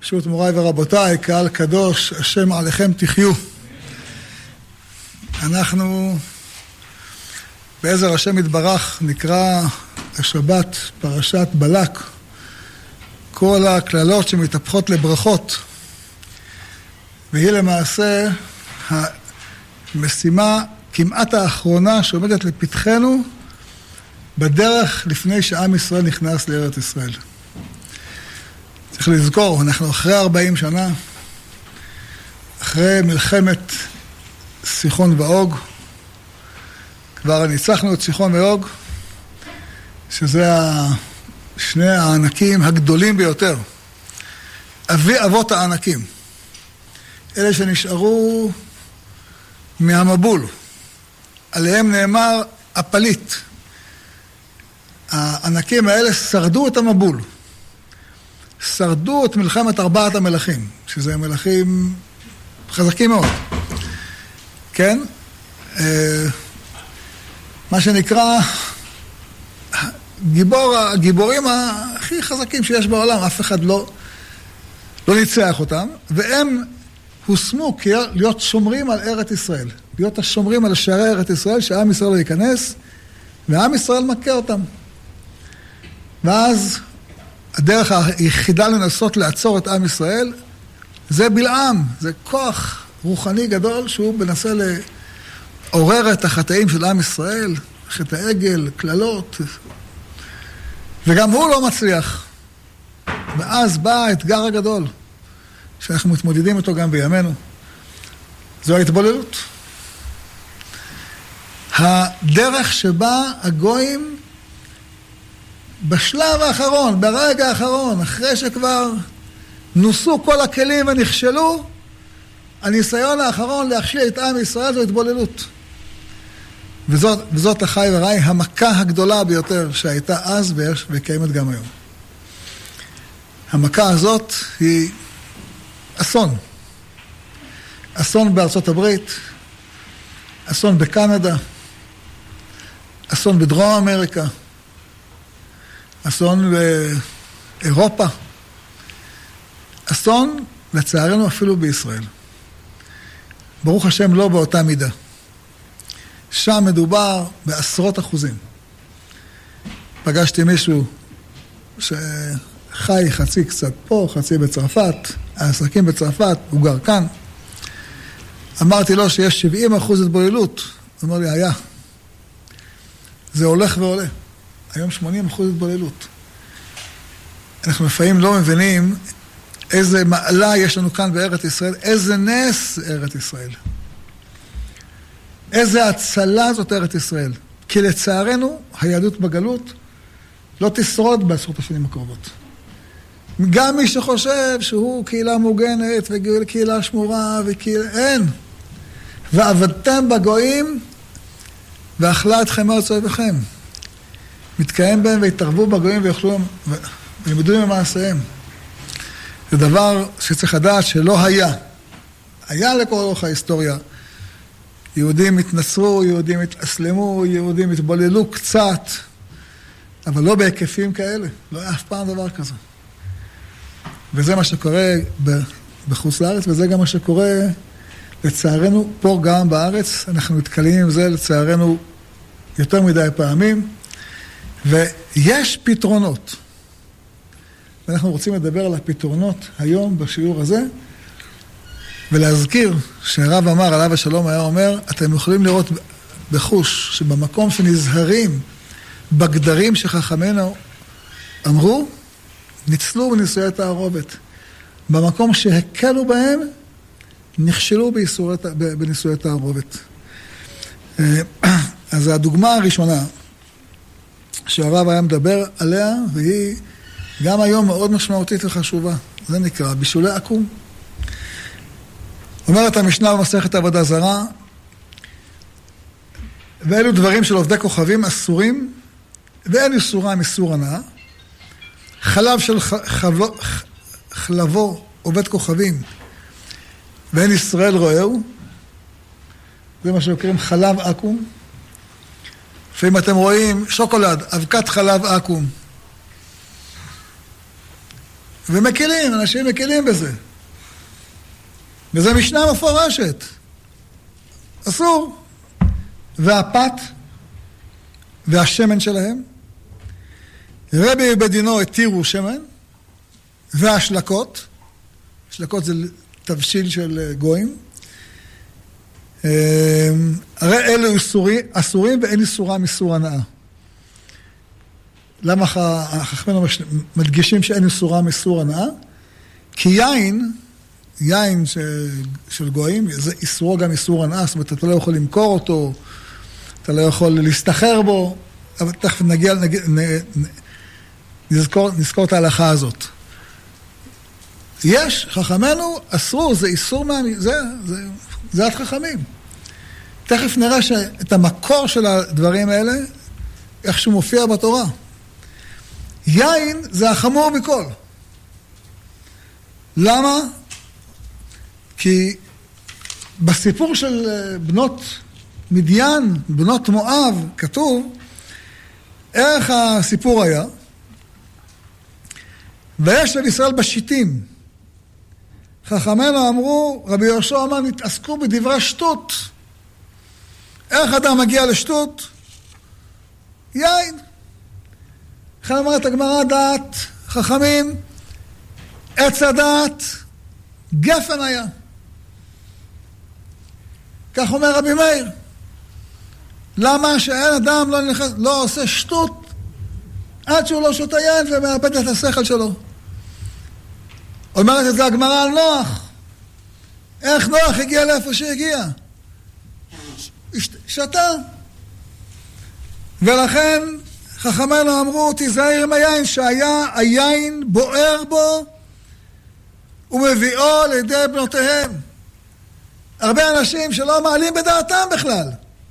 ברשות מוריי ורבותיי, קהל קדוש, השם עליכם תחיו. אנחנו בעזר השם יתברך נקרא השבת פרשת בלק, כל הכללות שמתהפכות לברכות, והיא למעשה המשימה כמעט האחרונה שעומדת לפתחנו בדרך לפני שעם ישראל נכנס לארץ ישראל. צריך לזכור, אנחנו אחרי 40 שנה, אחרי מלחמת סיחון ואוג, כבר ניצחנו את סיחון ואוג, שזה שני הענקים הגדולים ביותר, אבי אבות הענקים, אלה שנשארו מהמבול, עליהם נאמר הפליט. הענקים האלה שרדו את המבול, שרדו את מלחמת 4 המלכים, שזה מלכים חזקים מאוד. כן? מה שנקרא הגיבורים הכי חזקים שיש בעולם, אף אחד לא ניצח אותם, והם הושמו להיות שומרים על ארץ ישראל, להיות השומרים על שערי ארץ ישראל, שעם ישראל לא ייכנס, ועם ישראל מכה אותם. ואז הדרך היחידה לנסות לעצור את עם ישראל, זה בלעם, זה כוח רוחני גדול שהוא מנסה לעורר את החטאים של עם ישראל, חטא העגל, כללות, וגם הוא לא מצליח. ואז בא האתגר הגדול, שאנחנו מתמודדים איתו גם בימינו. זו ההתבוללות. הדרך שבה הגויים בשלב האחרון, ברגע האחרון, אחרי שכבר נוסו כל הכלים ונכשלו, הניסיון האחרון להכשיל את עם ישראל זו התבוללות. וזאת אחי ורעי המכה הגדולה ביותר שהייתה אז וקיימת גם היום. המכה הזאת היא אסון. אסון בארצות הברית, אסון בקנדה, אסון בדרום אמריקה, אסון באירופה, אסון לצערנו אפילו בישראל. ברוך השם לא באותה מידה. שם מדובר בעשרות אחוזים. פגשתי מישהו שחי חצי קצת פה, חצי בצרפת, העסקים בצרפת, הוא גר כאן. אמרתי לו שיש 70% התבוללות. הוא אומר לי, היה. זה הולך ועולה. היום 80% התבוללות. אנחנו לפעמים לא מבינים איזה מעלה יש לנו כאן בארץ ישראל, איזה נס ארץ ישראל. איזה הצלה זאת ארץ ישראל. כי לצערנו, היהדות בגלות לא תשרוד בעשרות השנים הקרובות. גם מי שחושב שהוא קהילה מוגנת וקהילה שמורה וקהילה... אין. ועבדתם בגויים ואכלה אתכם ארץ אויביכם. מתקיים בהם והתערבו בגויים ויאכלו ולימדו ממעשיהם. זה דבר שצריך לדעת שלא היה. היה לכל אורך ההיסטוריה. יהודים התנסרו, יהודים התאסלמו, יהודים התבוללו קצת, אבל לא בהיקפים כאלה. לא היה אף פעם דבר כזה. וזה מה שקורה בחוץ לארץ, וזה גם מה שקורה לצערנו פה גם בארץ. אנחנו מתקלים עם זה לצערנו יותר מדי פעמים, ויש פתרונות. ואנחנו רוצים לדבר על הפתרונות היום בשיעור הזה, ולהזכיר שהרב אמר, עליו השלום היה אומר, אתם יכולים לראות בחוש שבמקום שנזהרים בגדרים שחכמינו אמרו, ניצלו בנישואי תערובת. במקום שהקלו בהם, נכשלו בנישואי תערובת. אז הדוגמה הראשונה שהרב היה מדבר עליה, והיא גם היום מאוד משמעותית וחשובה. זה נקרא בישולי עקום. אומרת המשנה במסכת עבודה זרה, ואלו דברים של עובדי כוכבים אסורים, ואין איסורם איסור הנאה. חלב של חלבו עובד כוכבים, ואין ישראל רואהו. זה מה שקוראים חלב עקום. ואם אתם רואים שוקולד, אבקת חלב עקום, ומקלים, אנשים מקלים בזה. וזה משנה מפורשת. אסור. והפת והשמן שלהם, רבי בדינו התירו שמן, והשלקות, השלקות זה תבשיל של גויים, הרי אלו אסורים ואין איסורם איסור הנאה. למה החכמינו מדגישים שאין איסורם איסור הנאה? כי יין של גויים, זה איסורו גם איסור הנאה, זאת אומרת, אתה לא יכול למכור אותו, אתה לא יכול להסתחר בו, אבל תכף נזכור את ההלכה הזאת. יש, חכמינו אסרו, זה איסור זה עד חכמים. תכף נראה את המקור של הדברים האלה, איך שהוא מופיע בתורה. יין זה החמור מכל. למה? כי בסיפור של בנות מדיין, בנות מואב, כתוב, איך הסיפור היה? ויש לישראל בשיטים. חכמינו אמרו, רבי יהושע אמר, נתעסקו בדברי שטות. איך אדם מגיע לשטות? יין. לכן אומרת הגמרא, דעת חכמים, עץ הדעת, גפן היה. כך אומר רבי מאיר. למה שאין אדם לא עושה שטות עד שהוא לא שותה יין ומאבד את השכל שלו? אומרת את זה הגמרא על נוח. איך נוח הגיע לאיפה שהגיע? שתה. ולכן חכמינו אמרו, תיזהר עם היין, שהיה היין בוער בו ומביאו לידי בנותיהם. הרבה אנשים שלא מעלים בדעתם בכלל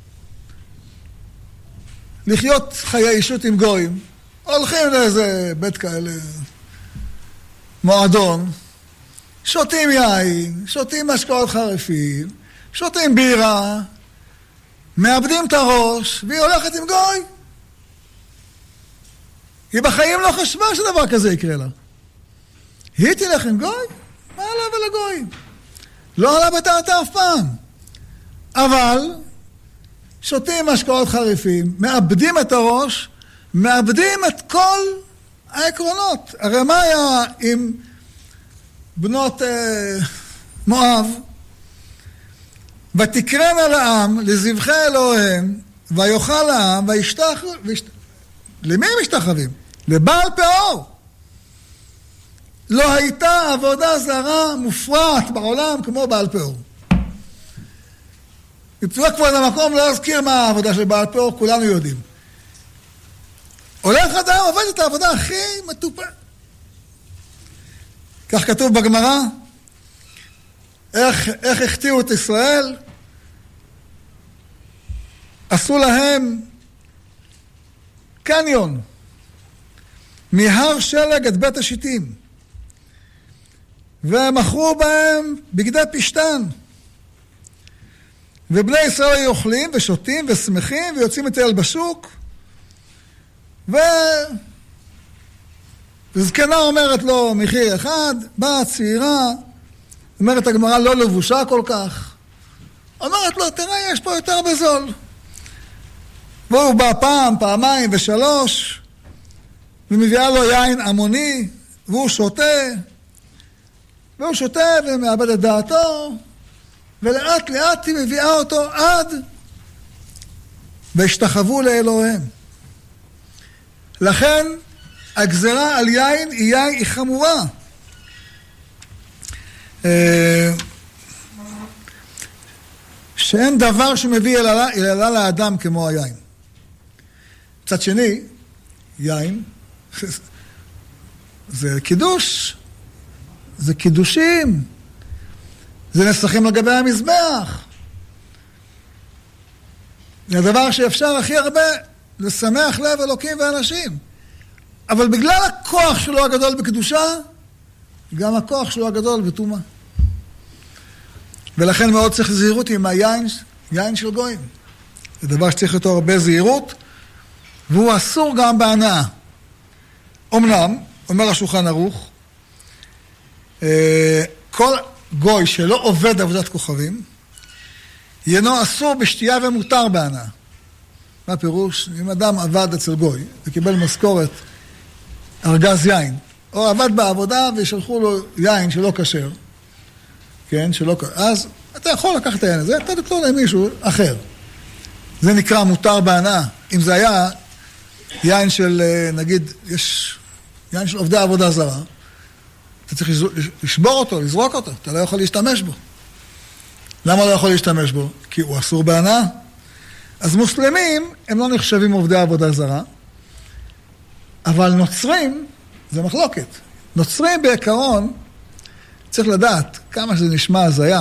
לחיות חיי אישות עם גויים, הולכים לאיזה בית כאלה, מועדון, שותים יין, שותים משקאות חריפים, שותים בירה, מאבדים את הראש, והיא הולכת עם גוי. היא בחיים לא חשבה שדבר כזה יקרה לה. היא תלך עם גוי? מה עלה ולגוי? לא עלה בדעתה אף פעם. אבל שותים משקאות חריפים, מאבדים את הראש, מאבדים את כל העקרונות. הרי מה היה עם בנות מואב? ותקרן לעם, לזבחי אלוהיהם, ויאכל העם, וישתחו. למי הם משתחווים? לבעל פאור. לא הייתה עבודה זרה מופרעת בעולם כמו בעל פאור. יפצוע כבר למקום לא להזכיר מה העבודה של בעל פאור, כולנו יודעים. הולך אדם עובד את העבודה הכי מטופה. כך כתוב בגמרא, איך הכתירו את ישראל, עשו להם קניון, מהר שלג עד בית השיטים, ומכרו בהם בגדי פשטן, ובני ישראל היו אוכלים ושותים ושמחים ויוצאים לטייל בשוק, וזקנה אומרת לו מחיר אחד, באה צעירה, אומרת הגמרא לא לבושה כל כך, אומרת לו תראה יש פה יותר בזול, והוא בא פעם, פעמיים ושלוש, ומביאה לו יין המוני, והוא שותה ומאבד את דעתו, ולאט לאט היא מביאה אותו עד והשתחוו לאלוהיהם. לכן הגזרה על יין היא חמורה. שאין דבר שמביא אלה לאדם כמו היין. מצד שני, יין זה קידוש, זה קידושים, זה נסכים לגבי המזבח. זה הדבר שאפשר הכי הרבה לשמח לב אלוקים ואנשים. אבל בגלל הכוח שלו הגדול בקדושה, גם הכוח שלו הגדול בטומאה. ולכן מאוד צריך זהירות עם היין של גויים. זה דבר שצריך אותו הרבה זהירות, והוא אסור גם בהנאה. אמנם, אומר השולחן ערוך, כל גוי שלא עובד עבודת כוכבים, ינו אסור בשתייה ומותר בהנאה. מה הפירוש? אם אדם עבד אצל גוי וקיבל משכורת ארגז יין, או עבד בעבודה ושלחו לו יין שלא כשר, כן, שלא כשר, אז אתה יכול לקחת את היין הזה, אתה תתלו למישהו אחר. זה נקרא מותר בהנאה. אם זה היה יין של, נגיד, יש יין של עובדי עבודה זרה, אתה צריך לשבור אותו, לזרוק אותו, אתה לא יכול להשתמש בו. למה לא יכול להשתמש בו? כי הוא אסור בהנאה. אז מוסלמים הם לא נחשבים עובדי עבודה זרה, אבל נוצרים זה מחלוקת. נוצרים בעיקרון, צריך לדעת כמה שזה נשמע הזיה,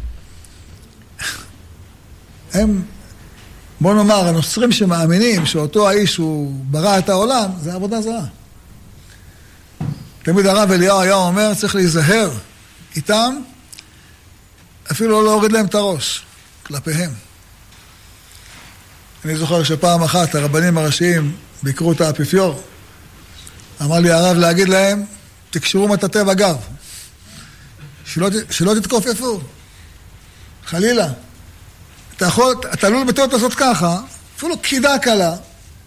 הם, בוא נאמר, הנוצרים שמאמינים שאותו האיש הוא ברא את העולם, זה עבודה זרה. תמיד הרב אליהו היה אומר, צריך להיזהר איתם, אפילו לא להוריד להם את הראש, כלפיהם. אני זוכר שפעם אחת הרבנים הראשיים ביקרו את האפיפיור, אמר לי הרב להגיד להם, תקשרו מטאטא בגב, שלא תתכופפו, חלילה. אתה עלול בטעות לעשות ככה, אפילו קידה קלה.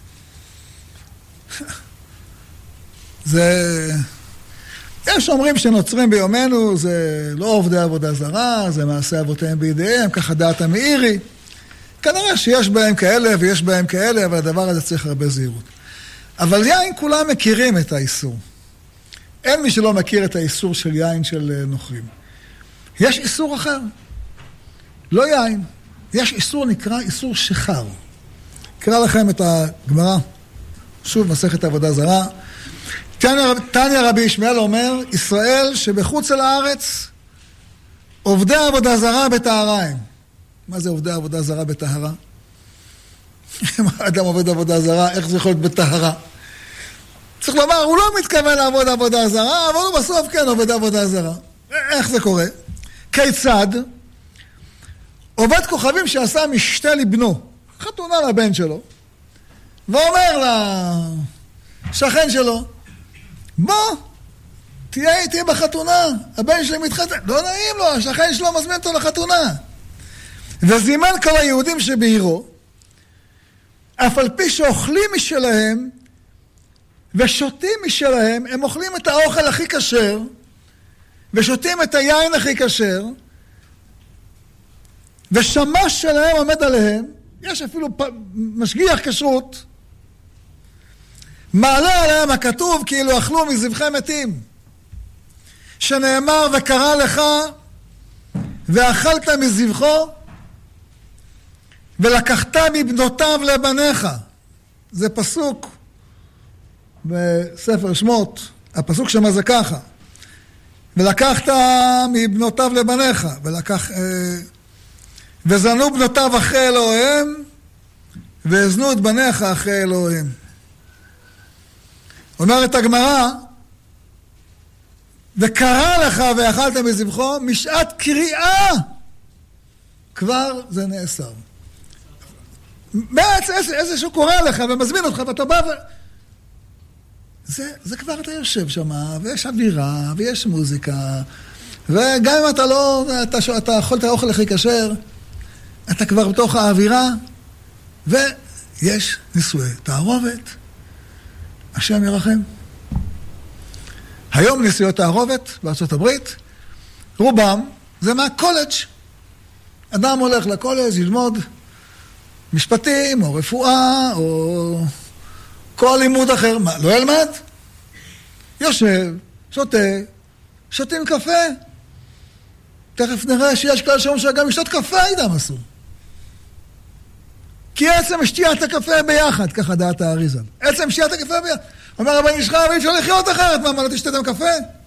זה... יש אומרים שנוצרים ביומנו, זה לא עובדי עבודה זרה, זה מעשה אבותיהם בידיהם, ככה דעת המאירי. כנראה שיש בהם כאלה ויש בהם כאלה, אבל הדבר הזה צריך הרבה זהירות. אבל יין כולם מכירים את האיסור. אין מי שלא מכיר את האיסור של יין של נוכרים. יש איסור אחר. לא יין. יש איסור נקרא איסור שחר. אקרא לכם את הגמרא. שוב, מסכת עבודה זרה. תניא רבי ישמעאל אומר, ישראל שבחוץ אל הארץ, עובדי עבודה זרה בטהרה הם. מה זה עובדי עבודה זרה בטהרה? אדם עובד עבודה זרה, איך זה יכול להיות בטהרה? צריך לומר, הוא לא מתכוון לעבוד עבודה זרה, אבל הוא בסוף כן עובד עבודה זרה. איך זה קורה? כיצד? עובד כוכבים שעשה משתה לבנו, חתונה לבן שלו, ואומר לשכן שלו, בוא, תהיה איתי בחתונה, הבן שלי מתחתן. לא נעים לו, השכן שלו מזמין אותו לחתונה. וזימן כל היהודים שבעירו, אף על פי שאוכלים משלהם, ושותים משלהם, הם אוכלים את האוכל הכי כשר, ושותים את היין הכי כשר, ושמש שלהם עומד עליהם, יש אפילו משגיח כשרות, מעלה עליהם הכתוב כאילו אכלו מזבחי מתים, שנאמר וקרא לך ואכלת מזבחו ולקחת מבנותיו לבניך. זה פסוק בספר שמות, הפסוק שמה זה ככה, ולקחת מבנותיו לבניך, וזנו בנותיו אחרי אלוהיהם, והזנו את בניך אחרי אלוהיהם. אומרת הגמרא, וקרא לך ואכלת מזבחו, משעת קריאה, כבר זה נאסר. בעצם איזשהו קורא לך ומזמין אותך, ואתה בא זה כבר אתה יושב שם, ויש אווירה, ויש מוזיקה, וגם אם אתה לא, אתה אוכל את האוכל הכי כשר, אתה כבר בתוך האווירה, ויש נישואי תערובת, השם ירחם. היום נישואי תערובת בארצות הברית, רובם זה מהקולג'. אדם הולך לקולג' ללמוד משפטים, או רפואה, או כל לימוד אחר. מה, לא ילמד? יושב, שותה, שותים קפה. תכף נראה שיש כאלה שאומרים שגם לשתות קפה איתם אסור. כי עצם שתיית הקפה ביחד, ככה דעת האריז"ל. עצם שתיית הקפה ביחד. אומר רבי ישחר, אי אפשר לחיות אחרת, מה לא תשתתם קפה?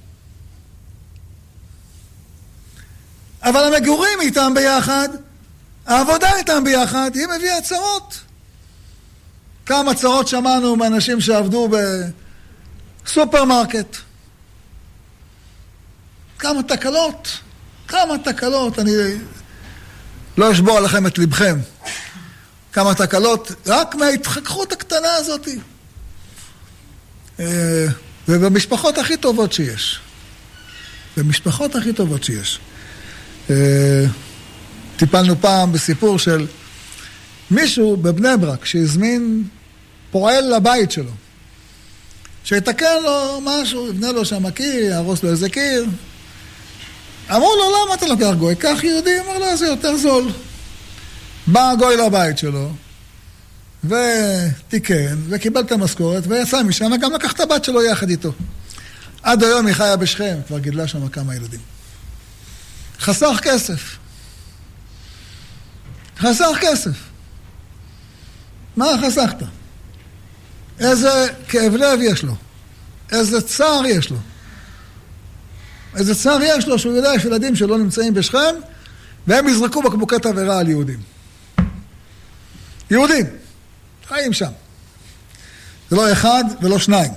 אבל המגורים איתם ביחד, העבודה איתם ביחד, היא מביאה צרות. כמה צרות שמענו מאנשים שעבדו בסופרמרקט. כמה תקלות, אני לא אשבור עליכם את לבכם. כמה תקלות, רק מההתחככות הקטנה הזאת. ובמשפחות הכי טובות שיש. במשפחות הכי טובות שיש. טיפלנו פעם בסיפור של מישהו בבני ברק שהזמין פועל לבית שלו, שיתקן לו משהו, יבנה לו שם קיר, יהרוס לו איזה קיר. אמרו לו, למה אתה לוקח גוי? קח יהודי, אמר לו, זה יותר זול. בא גוי לבית שלו, ותיקן, וקיבל את המשכורת, ויצא משם, וגם לקח את הבת שלו יחד איתו. עד היום היא חיה בשכם, כבר גידלה שם כמה ילדים. חסך כסף. חסך כסף. מה חסכת? איזה כאב לב יש לו. איזה צער יש לו. איזה צער יש לו שהוא יודע שילדים שלא נמצאים בשכם, והם יזרקו בקבוקי תבערה על יהודים. יהודים. חיים שם. זה לא אחד ולא שניים.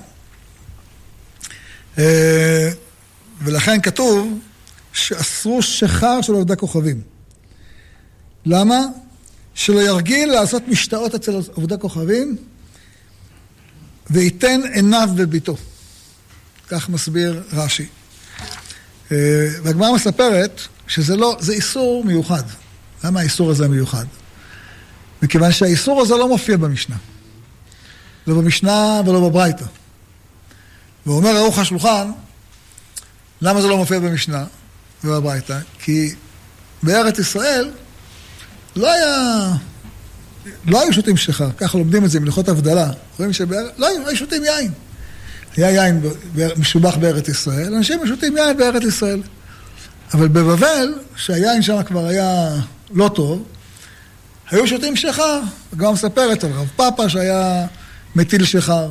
ולכן כתוב שאסרו שחר של עובדי כוכבים. למה? שלא ירגיל לעשות משתאות אצל עובדי כוכבים, וייתן עיניו בביתו. כך מסביר רש"י. והגמרא מספרת שזה לא, זה איסור מיוחד. למה האיסור הזה מיוחד? מכיוון שהאיסור הזה לא מופיע במשנה. לא במשנה ולא בברייתא. ואומר ערוך השולחן, למה זה לא מופיע במשנה ובברייתא? כי בארץ ישראל לא היו שותים שחר, ככה לומדים את זה מלכות הבדלה. רואים לא היו שותים יין. היה יין משובח בארץ ישראל, אנשים שותים יין בארץ ישראל. אבל בבבל, שהיין שם כבר היה לא טוב, היו שותים שחר, גם מספרת על רב פאפה שהיה מטיל שחר.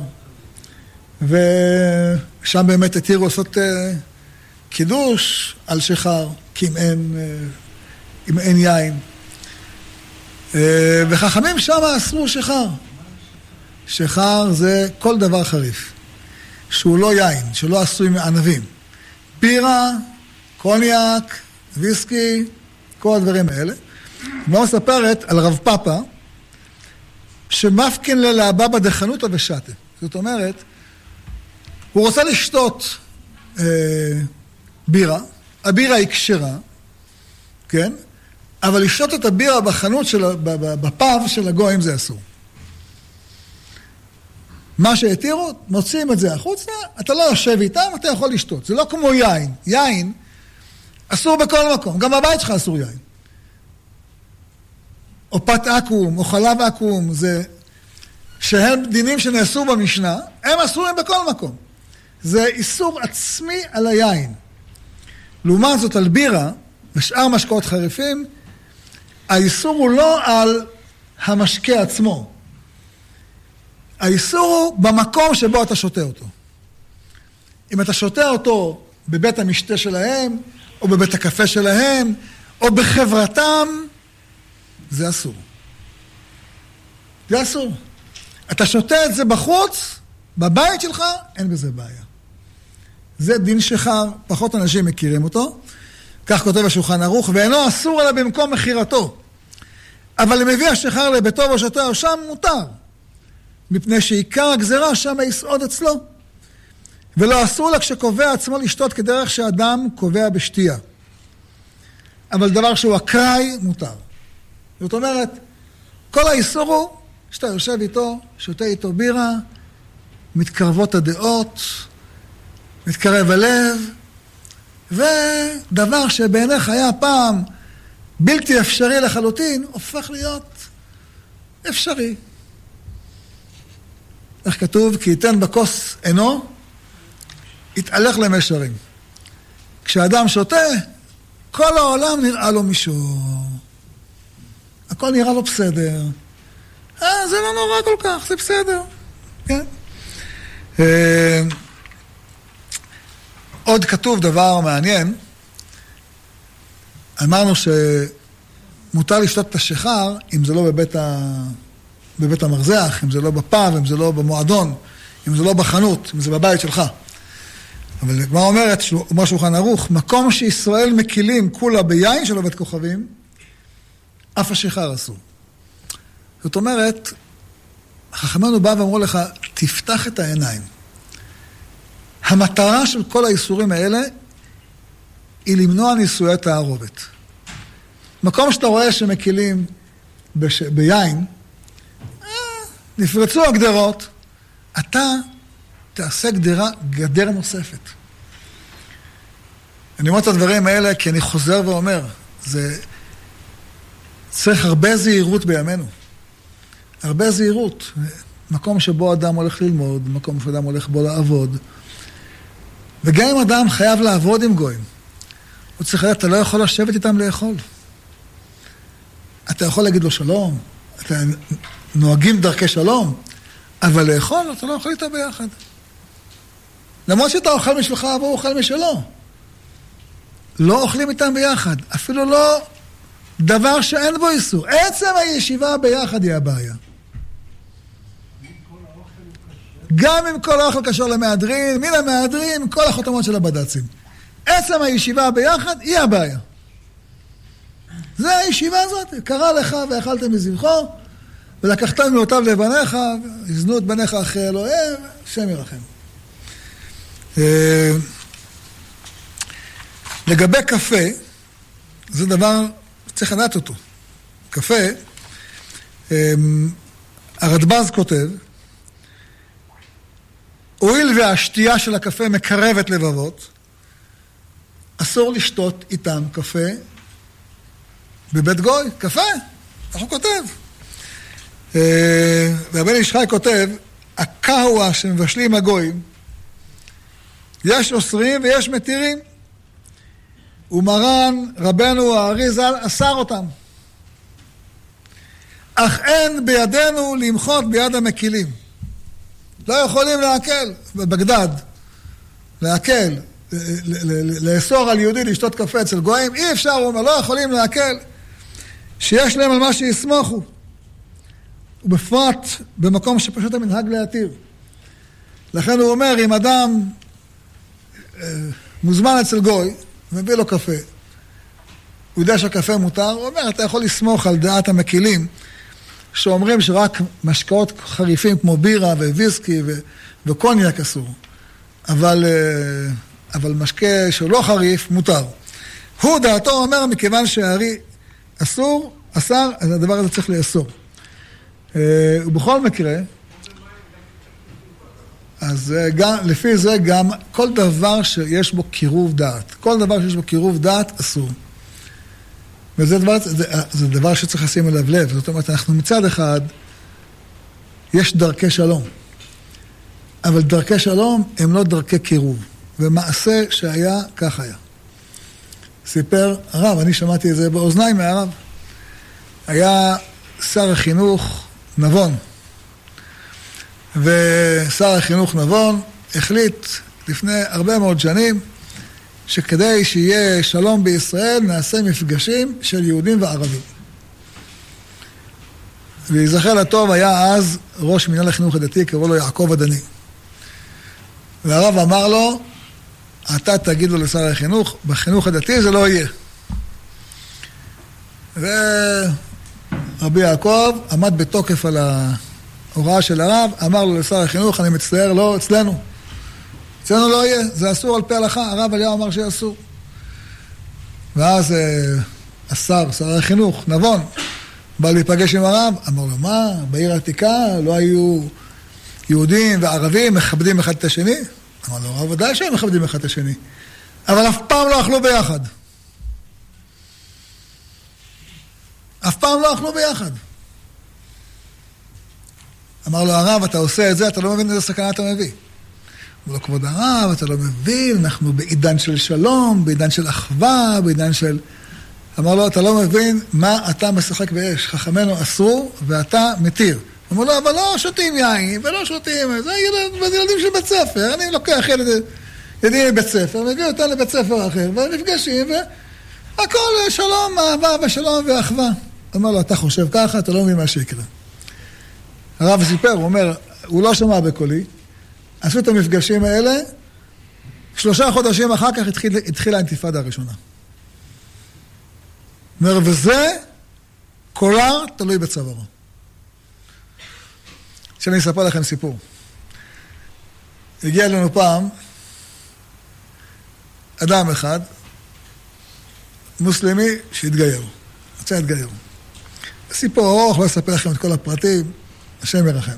ושם באמת התירו לעשות קידוש על שחר, כי אם אין יין. וחכמים שם אסרו שחר. שחר זה כל דבר חריף, שהוא לא יין, שלא עשוי מענבים. בירה, קוניאק, ויסקי, כל הדברים האלה. מה מספרת על רב פאפה, שמפקין ללהבא דחנותא ושתה. זאת אומרת, הוא רוצה לשתות בירה, הבירה היא כשרה, כן? אבל לשתות את הבירה בחנות בפאב של הגויים זה אסור. מה שהתירו, מוצאים את זה החוצה, אתה לא יושב איתם, אתה יכול לשתות. זה לא כמו יין. יין אסור בכל מקום, גם בבית שלך אסור יין. או פת אקום, או חלב אקום, זה שהם דינים שנעשו במשנה, הם אסורים בכל מקום. זה איסור עצמי על היין. לעומת זאת על בירה, ושאר משקאות חריפים, האיסור הוא לא על המשקה עצמו. האיסור הוא במקום שבו אתה שותה אותו. אם אתה שותה אותו בבית המשתה שלהם, או בבית הקפה שלהם, או בחברתם, זה אסור. זה אסור. אתה שותה את זה בחוץ, בבית שלך, אין בזה בעיה. זה דין שחר, פחות אנשים מכירים אותו. כך כותב השולחן ערוך, ואינו אסור אלא במקום מחירתו. אבל אם מביא השחר לביתו ושתהו שם מותר. מפני שעיקר הגזרה שם יסעוד אצלו. ולא אסור לה כשקובע עצמו לשתות כדרך שאדם קובע בשתייה. אבל דבר שהוא אקראי מותר. זאת אומרת, כל האיסור הוא שאתה יושב איתו, שותה איתו בירה, מתקרבות הדעות, מתקרב הלב, ודבר שבעיניך היה פעם בלתי אפשרי לחלוטין, הופך להיות אפשרי. איך כתוב? כי ייתן בכוס עינו, יתהלך למישרים. כשאדם שותה, כל העולם נראה לו מישור. הכל נראה לו בסדר. זה לא נורא כל כך, זה בסדר. כן? עוד כתוב דבר מעניין. אמרנו שמותר לשתות את השחר, אם זה לא בבית המרזח, אם זה לא בפאב, אם זה לא במועדון, אם זה לא בחנות, אם זה בבית שלך. אבל מה אומרת, מה שולחן ערוך, מקום שישראל מקילים כולה ביין של עובד כוכבים, אף השחר אסור. זאת אומרת, חכמינו בא ואמרו לך, תפתח את העיניים. המטרה של כל האיסורים האלה היא למנוע נישואי תערובת. מקום שאתה רואה שמקילים ביין, נפרצו הגדרות, אתה תעשה גדר נוספת. אני אומר את הדברים האלה כי אני חוזר ואומר, זה צריך הרבה זהירות בימינו. הרבה זהירות. מקום שבו אדם הולך ללמוד, מקום שאדם הולך בו לעבוד. וגם אם אדם חייב לעבוד עם גויים, הוא צריך לדעת, אתה לא יכול לשבת איתם לאכול. אתה יכול להגיד לו שלום, אתה נוהגים דרכי שלום, אבל לאכול אתה לא יכול איתה ביחד. למרות שאתה אוכל משלך, והוא אוכל משלו. לא אוכלים איתם ביחד, אפילו לא דבר שאין בו איסור. עצם הישיבה ביחד היא הבעיה. גם אם כל האוכל קשור למהדרין, מן המהדרין, כל החותמות של הבד"צים. עצם הישיבה ביחד היא הבעיה. זה הישיבה הזאת, קרא לך ואכלתם מזבחו, ולקחת מאותיו לבניך, הזנו את בניך אחרי אלוהים, השם ירחם. לגבי קפה, זה דבר צריך לדעת אותו. קפה, הרדב"ז כותב, הואיל והשתייה של הקפה מקרבת לבבות, אסור לשתות איתם קפה בבית גוי, קפה, איך הוא כותב? והבן איש חי כותב, הקהווה שמבשלים הגויים, יש אוסרים ויש מתירים, ומרן רבנו הארי ז"ל אסר אותם. אך אין בידינו למחות ביד המקילים. לא יכולים להקל, בבגדד, להקל, לאסור על יהודי לשתות קפה אצל גויים, אי אפשר, הוא אומר, לא יכולים להקל, שיש להם על מה שיסמוכו. ובפרט במקום שפשוט המנהג להתיר. לכן הוא אומר, אם אדם מוזמן אצל גוי, מביא לו קפה, הוא יודע שהקפה מותר, הוא אומר, אתה יכול לסמוך על דעת המקילים, שאומרים שרק משקאות חריפים כמו בירה וויסקי וקוניאק אסור. אבל משקה שלא חריף מותר. הוא דעתו אומר, מכיוון שהארי אסור, אסר, אז הדבר הזה צריך לאסור. ובכל מקרה, אז גם, לפי זה גם כל דבר שיש בו קירוב דעת. כל דבר שיש בו קירוב דעת אסור. וזה דבר שצריך לשים אליו לב. זאת אומרת, אנחנו מצד אחד, יש דרכי שלום. אבל דרכי שלום הם לא דרכי קירוב. ומעשה שהיה, כך היה. סיפר הרב, אני שמעתי את זה באוזניים מהרב. היה שר החינוך נבון. ושר החינוך נבון החליט לפני הרבה מאוד שנים, שכדי שיהיה שלום בישראל נעשה מפגשים של יהודים וערבים. ויזכר לטוב היה אז ראש מנהל החינוך הדתי, קראו לו יעקב עדני. והרב אמר לו, אתה תגיד לו לשר החינוך, בחינוך הדתי זה לא יהיה. ורבי יעקב עמד בתוקף על ההוראה של הרב, אמר לו לשר החינוך, אני מצטער, לא אצלנו. אצלנו לא יהיה, זה אסור על פי הלכה, הרב אליהו אמר שאסור. ואז שר החינוך, נבון, בא להיפגש עם הרב, אמר לו, מה, בעיר העתיקה לא היו יהודים וערבים מכבדים אחד את השני? אמר לו, הרב, ודאי שהם מכבדים אחד את השני, אבל אף פעם לא אכלו ביחד. אף פעם לא אכלו ביחד. אמר לו, הרב, אתה עושה את זה, אתה לא מבין איזה סכנה אתה מביא. אמר לו, כבוד הרב, אתה לא מבין, אנחנו בעידן של שלום, בעידן של אחווה, בעידן של... אמר לו, אתה לא מבין מה אתה משחק באש. חכמנו אסרו ואתה מתיר. אמר לו, אבל לא שותים יין ולא שותים, זה ילדים של בית ספר. אני לוקח ילדים מבית ספר, מביא אותם לבית ספר אחר, ונפגשים, והכל שלום, אהבה ושלום ואחווה. אמר לו, אתה חושב ככה, אתה לא מבין מה שיקרה. הרב סיפר, הוא אומר, הוא לא שמע בקולי, עשו את המפגשים האלה, 3 חודשים אחר כך התחילה האינתיפאדה הראשונה. אומר, וזה קולר תלוי בצווארו. שאני אספר לכם סיפור. הגיע לנו פעם אדם אחד, מוסלמי שהתגייר. רוצה להתגייר. סיפור ארוך, לא אספר לכם את כל הפרטים, השם ירחם.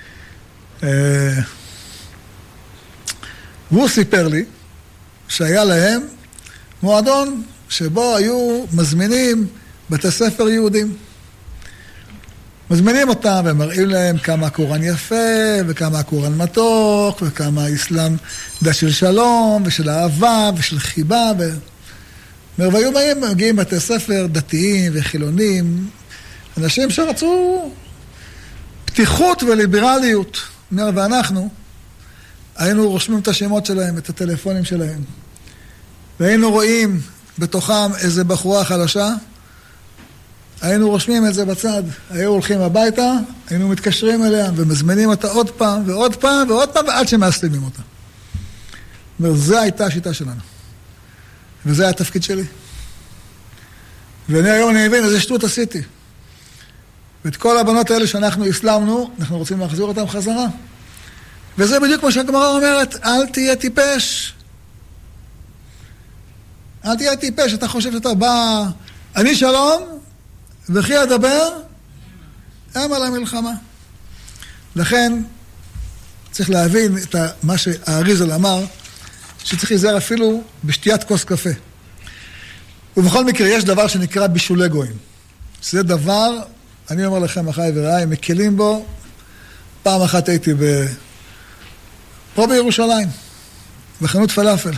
והוא סיפר לי שהיה להם מועדון שבו היו מזמינים בתי ספר יהודים. מזמינים אותם ומראים להם כמה הקוראן יפה, וכמה הקוראן מתוק, וכמה האסלאם דה של שלום, ושל אהבה, ושל חיבה. והיו מגיעים בתי ספר דתיים וחילונים, אנשים שרצו פתיחות וליברליות. ואנחנו היינו רושמים את השמות שלהם, את הטלפונים שלהם. והיינו רואים בתוכם איזה בחורה חלשה, היינו רושמים את זה בצד, היו הולכים הביתה, היינו מתקשרים אליה ומזמינים אותה עוד פעם ועוד פעם ועוד פעם, ועד שמאסלמים אותה. זו הייתה השיטה שלנו. וזה היה התפקיד שלי. ואני היום אני מבין, איזה שטות עשיתי. ואת כל הבנות האלה שאנחנו הסלמנו, אנחנו רוצים להחזיר אותם חזרה. וזה בדיוק מה שהגמרא אומרת, אל תהיה טיפש. אל תהיה טיפש, אתה חושב שאתה בא, אני שלום, וכי אדבר, הם על המלחמה. לכן, צריך להבין את מה שהאריזל אמר, שצריך להיזהר אפילו בשתיית כוס קפה. ובכל מקרה, יש דבר שנקרא בישולי גויים. שזה דבר, אני אומר לכם, אחי ורעי, מקלים בו. פעם אחת הייתי פה בירושלים, בחנות פלאפל.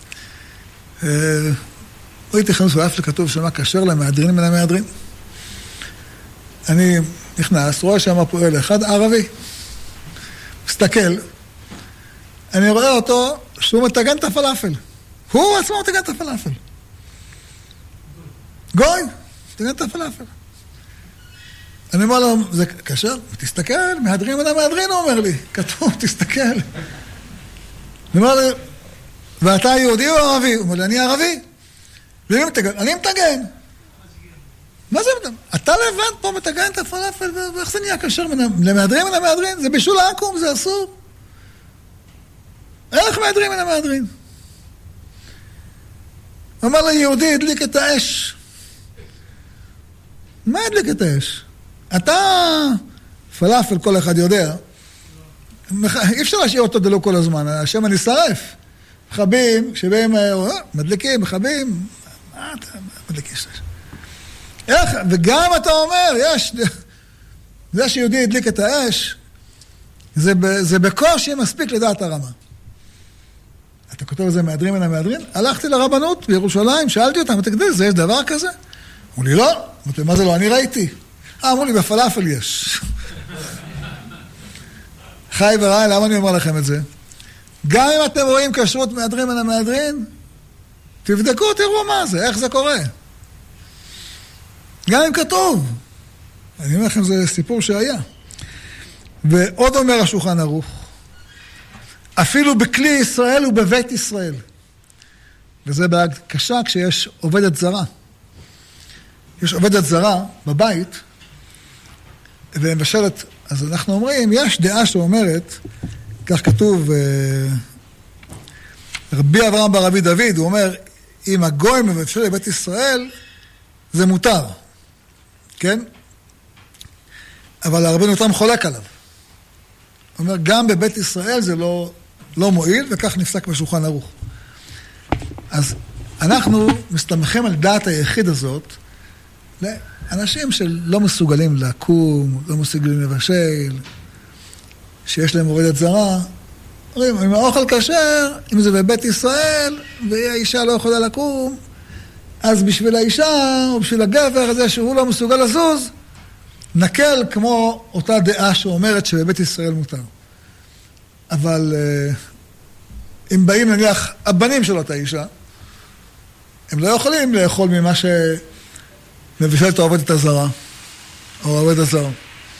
ראיתי חנות פלאפל, כתוב שמה כשר למהדרין מן המהדרין. אני נכנס, רואה שם פועל אחד, ערבי. מסתכל, אני רואה אותו שהוא מתגן את הפלאפל. הוא עצמו מתגן את הפלאפל. גוי, מתגן את הפלאפל. אני אומר לו, זה כשר? תסתכל, מהדרין מן המהדרין, הוא אומר לי. כתוב, תסתכל. אני אומר לי, ואתה יהודי או ערבי? הוא אומר לי, אני ערבי. אני מתגן. מה זה מתגן? אתה לבד פה מתגן את הפלאפל, ואיך זה נהיה כשר למהדרין מן המהדרין? זה בישול עכו"ם, זה אסור. איך מהדרין מן המהדרין? הוא אמר לי, יהודי הדליק את האש. מה הדליק את האש? אתה, פלאפל, כל אחד יודע, אי אפשר להשאיר אותו דלוק כל הזמן, השם אני שרף. מכבים, כשבאים, מדליקים, מכבים, מה אתה מדליק אש? איך? וגם אתה אומר, יש, זה שיהודי הדליק את האש, זה בקושי מספיק לדעת הרמה. אתה כותב את זה מהדרין מן המהדרין? הלכתי לרבנות בירושלים, שאלתי אותם, תגיד, יש דבר כזה? אמרו לי, לא. אמרתי, מה זה לא? אני ראיתי. אמרו לי, בפלאפל יש. חי ורעי, למה אני אומר לכם את זה? גם אם אתם רואים כשרות מהדרין מן המהדרין, תבדקו, תראו מה זה, איך זה קורה. גם אם כתוב. אני אומר לכם, זה סיפור שהיה. ועוד אומר השולחן ערוך, אפילו בכלי ישראל ובבית ישראל. וזה בעיה קשה כשיש עובדת זרה. יש עובדת זרה בבית, ומבשלת, אז אנחנו אומרים, יש דעה שאומרת, כך כתוב, רבי אברהם בר רבי דוד, הוא אומר, אם הגוי מבשל לבית ישראל, זה מותר. כן? אבל הרבנו אותם חולק עליו. הוא אומר, גם בבית ישראל זה לא מועיל, וכך נפסק בשולחן ערוך. אז אנחנו מסתמכים על דעת היחיד הזאת, לאנשים שלא מסוגלים לקום, לא מסוגלים לבשל, שיש להם עובדת זרה, אומרים, אם האוכל כשר, אם זה בבית ישראל, והאישה לא יכולה לקום, אז בשביל האישה, או בשביל הגבר הזה שהוא לא מסוגל לזוז, נקל כמו אותה דעה שאומרת שבבית ישראל מותר. אבל אם באים נניח הבנים של אותה אישה, הם לא יכולים לאכול ממה שמבשל את העובדת הזרה, או העובד הזר.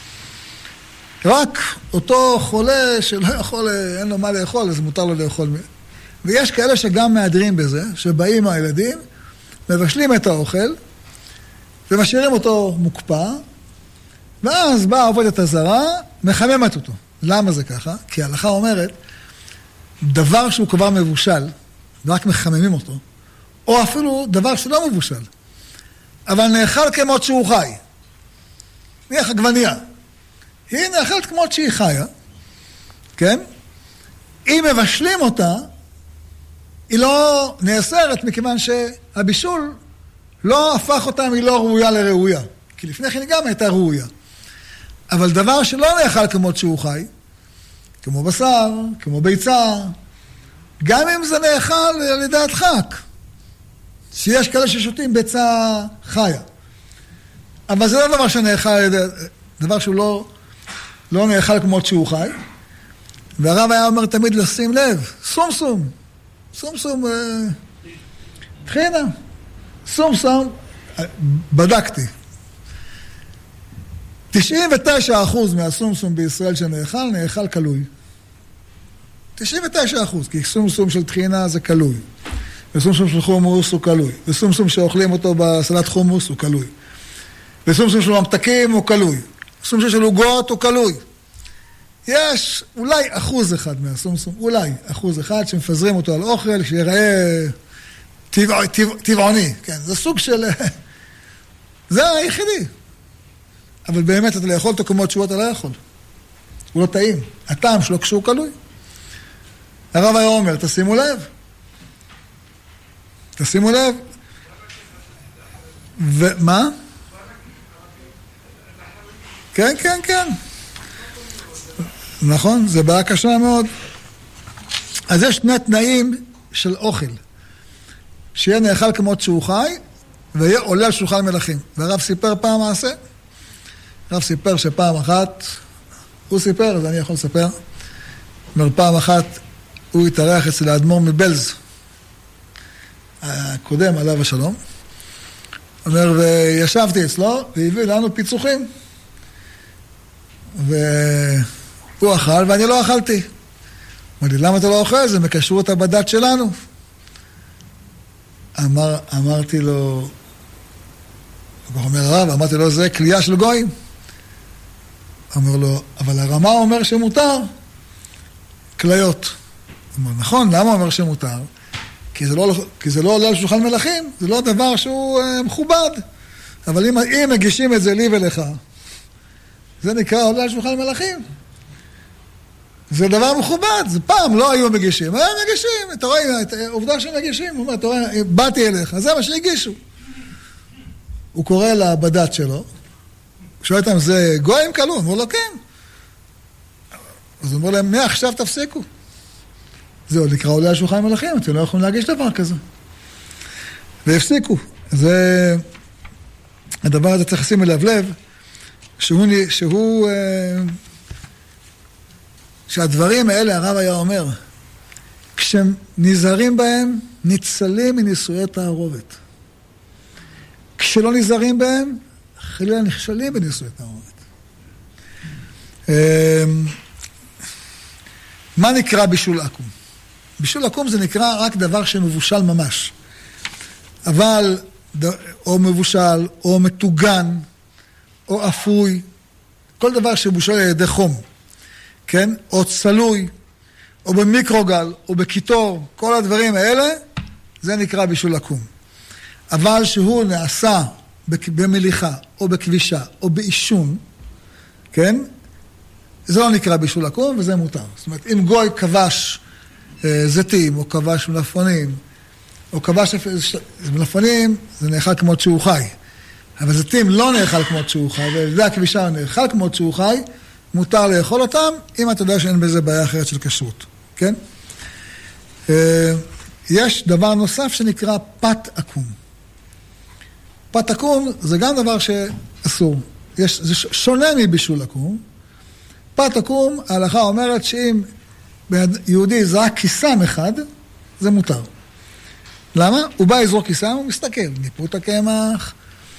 רק אותו חולה שלא יכול, אין לו מה לאכול, אז מותר לו לאכול. ויש כאלה שגם מהדרים בזה, שבאים הילדים, מבשלים את האוכל, ומשאירים אותו מוקפא, ואז באה העובדת הזרה, מחממת אותו. למה זה ככה? כי ההלכה אומרת, דבר שהוא כבר מבושל, ורק מחממים אותו, או אפילו דבר שלא מבושל, אבל נאכל כמות שהוא חי. נניח עגבנייה. היא נאכלת כמות שהיא חיה, כן? אם מבשלים אותה, היא לא נאסרת מכיוון שהבישול לא הפך אותה מלא ראויה לראויה. כי לפני כן היא גם הייתה ראויה. אבל דבר שלא נאכל כמות שהוא חי, כמו בשר, כמו ביצה, גם אם זה נאכל על ידי הדחק, שיש כאלה ששותים ביצה חיה. אבל זה לא דבר שנאכל על ידי, דבר שהוא לא נאכל כמות שהוא חי. והרב היה אומר תמיד לשים לב, סומסום, תחינה, סומסום, בדקתי. 99% מהסומסום בישראל נאכל קלוי. 99%, כי סומסום של תחינה זה קלוי. וסומסום של חומוס הוא קלוי. וסומסום שאוכלים אותו בסלט חומוס הוא קלוי. וסומסום של ממתקים הוא קלוי. סומסום של עוגות הוא קלוי. יש אולי 1% מהסומסום, אולי 1% שמפזרים אותו על אוכל, שיראה טבעוני. כן, זה סוג של... זה היחידי. אבל באמת אתה לאכול אותו כמות שהוא אתה לא יכול. הוא לא טעים. הטעם שלו כשהוא קלוי. הרב היה אומר, תשימו לב. ומה? כן. נכון, זה בעיה קשה מאוד. אז יש שני תנאים של אוכל. שיהיה נאכל כמות שהוא חי, ויהיה עולה על שולחן מלכים. והרב סיפר פעם מעשה. הרב סיפר שפעם אחת, הוא סיפר, אז אני יכול לספר. אומר, פעם אחת הוא התארח אצל האדמו"ר מבלז, הקודם עליו השלום. אומר, וישבתי אצלו, והביא לנו פיצוחים. והוא אכל, ואני לא אכלתי. אמר לי, למה אתה לא אוכל? זה מקשרו את בדת שלנו. אמרתי לו, הוא אומר הרב, אמרתי לו, זה כלייה של גויים. אמר לו, אבל הרמה אומר שמותר כליות. אמר, נכון, למה אומר שמותר? כי זה לא עולה על שולחן מלכים, זה לא דבר שהוא מכובד. אבל אם מגישים את זה לי ולך, זה נקרא עולה על שולחן מלכים. זה דבר מכובד, זה פעם לא היו מגישים, היום מגישים, אתה רואה, עובדה שהם מגישים, הוא אומר, אתה רואה, באתי אליך, זה מה שהגישו. הוא קורא לבדת שלו, שואל אותם, זה גויים קלו? אמרו לו, כן. אז הוא אומר להם, מעכשיו תפסיקו. זהו, נקרא עולה על שולחן מלכים, אתם לא יכולים להגיש דבר כזה. והפסיקו. הדבר הזה צריך לשים אליו לב, שהדברים האלה, הרב היה אומר, כשנזהרים בהם, ניצלים מנישואי תערובת. כשלא נזהרים בהם, חלילה נכשלים בנישואי תערובת. מה נקרא בישול עקום? בישול עקום זה נקרא רק דבר שמבושל ממש. אבל, או מבושל, או מתוגן, או אפוי, כל דבר שבושל על ידי חום, כן? או צלוי, או במיקרוגל, או בקיטור, כל הדברים האלה, זה נקרא בישול עקום. אבל שהוא נעשה במליחה, או בכבישה, או באישון, כן? זה לא נקרא בישול עקום, וזה מותר. זאת אומרת, אם גוי כבש זיתים, או כבש מלפפונים, או כבש מלפפונים, זה נאכל כמות שהוא חי. אבל זיתים לא נאכל כמות שהוא חי, ולדי הכבישה נאכל כמות שהוא חי, מותר לאכול אותם, אם אתה יודע שאין בזה בעיה אחרת של כשרות, כן? יש דבר נוסף שנקרא פת עקום. פת עקום זה גם דבר שאסור. זה שונה מבישול עקום. פת עקום, ההלכה אומרת שאם יהודי זרק כיסם אחד, זה מותר. למה? הוא בא לזרוק כיסם, הוא מסתכל, ניפו את הקמח,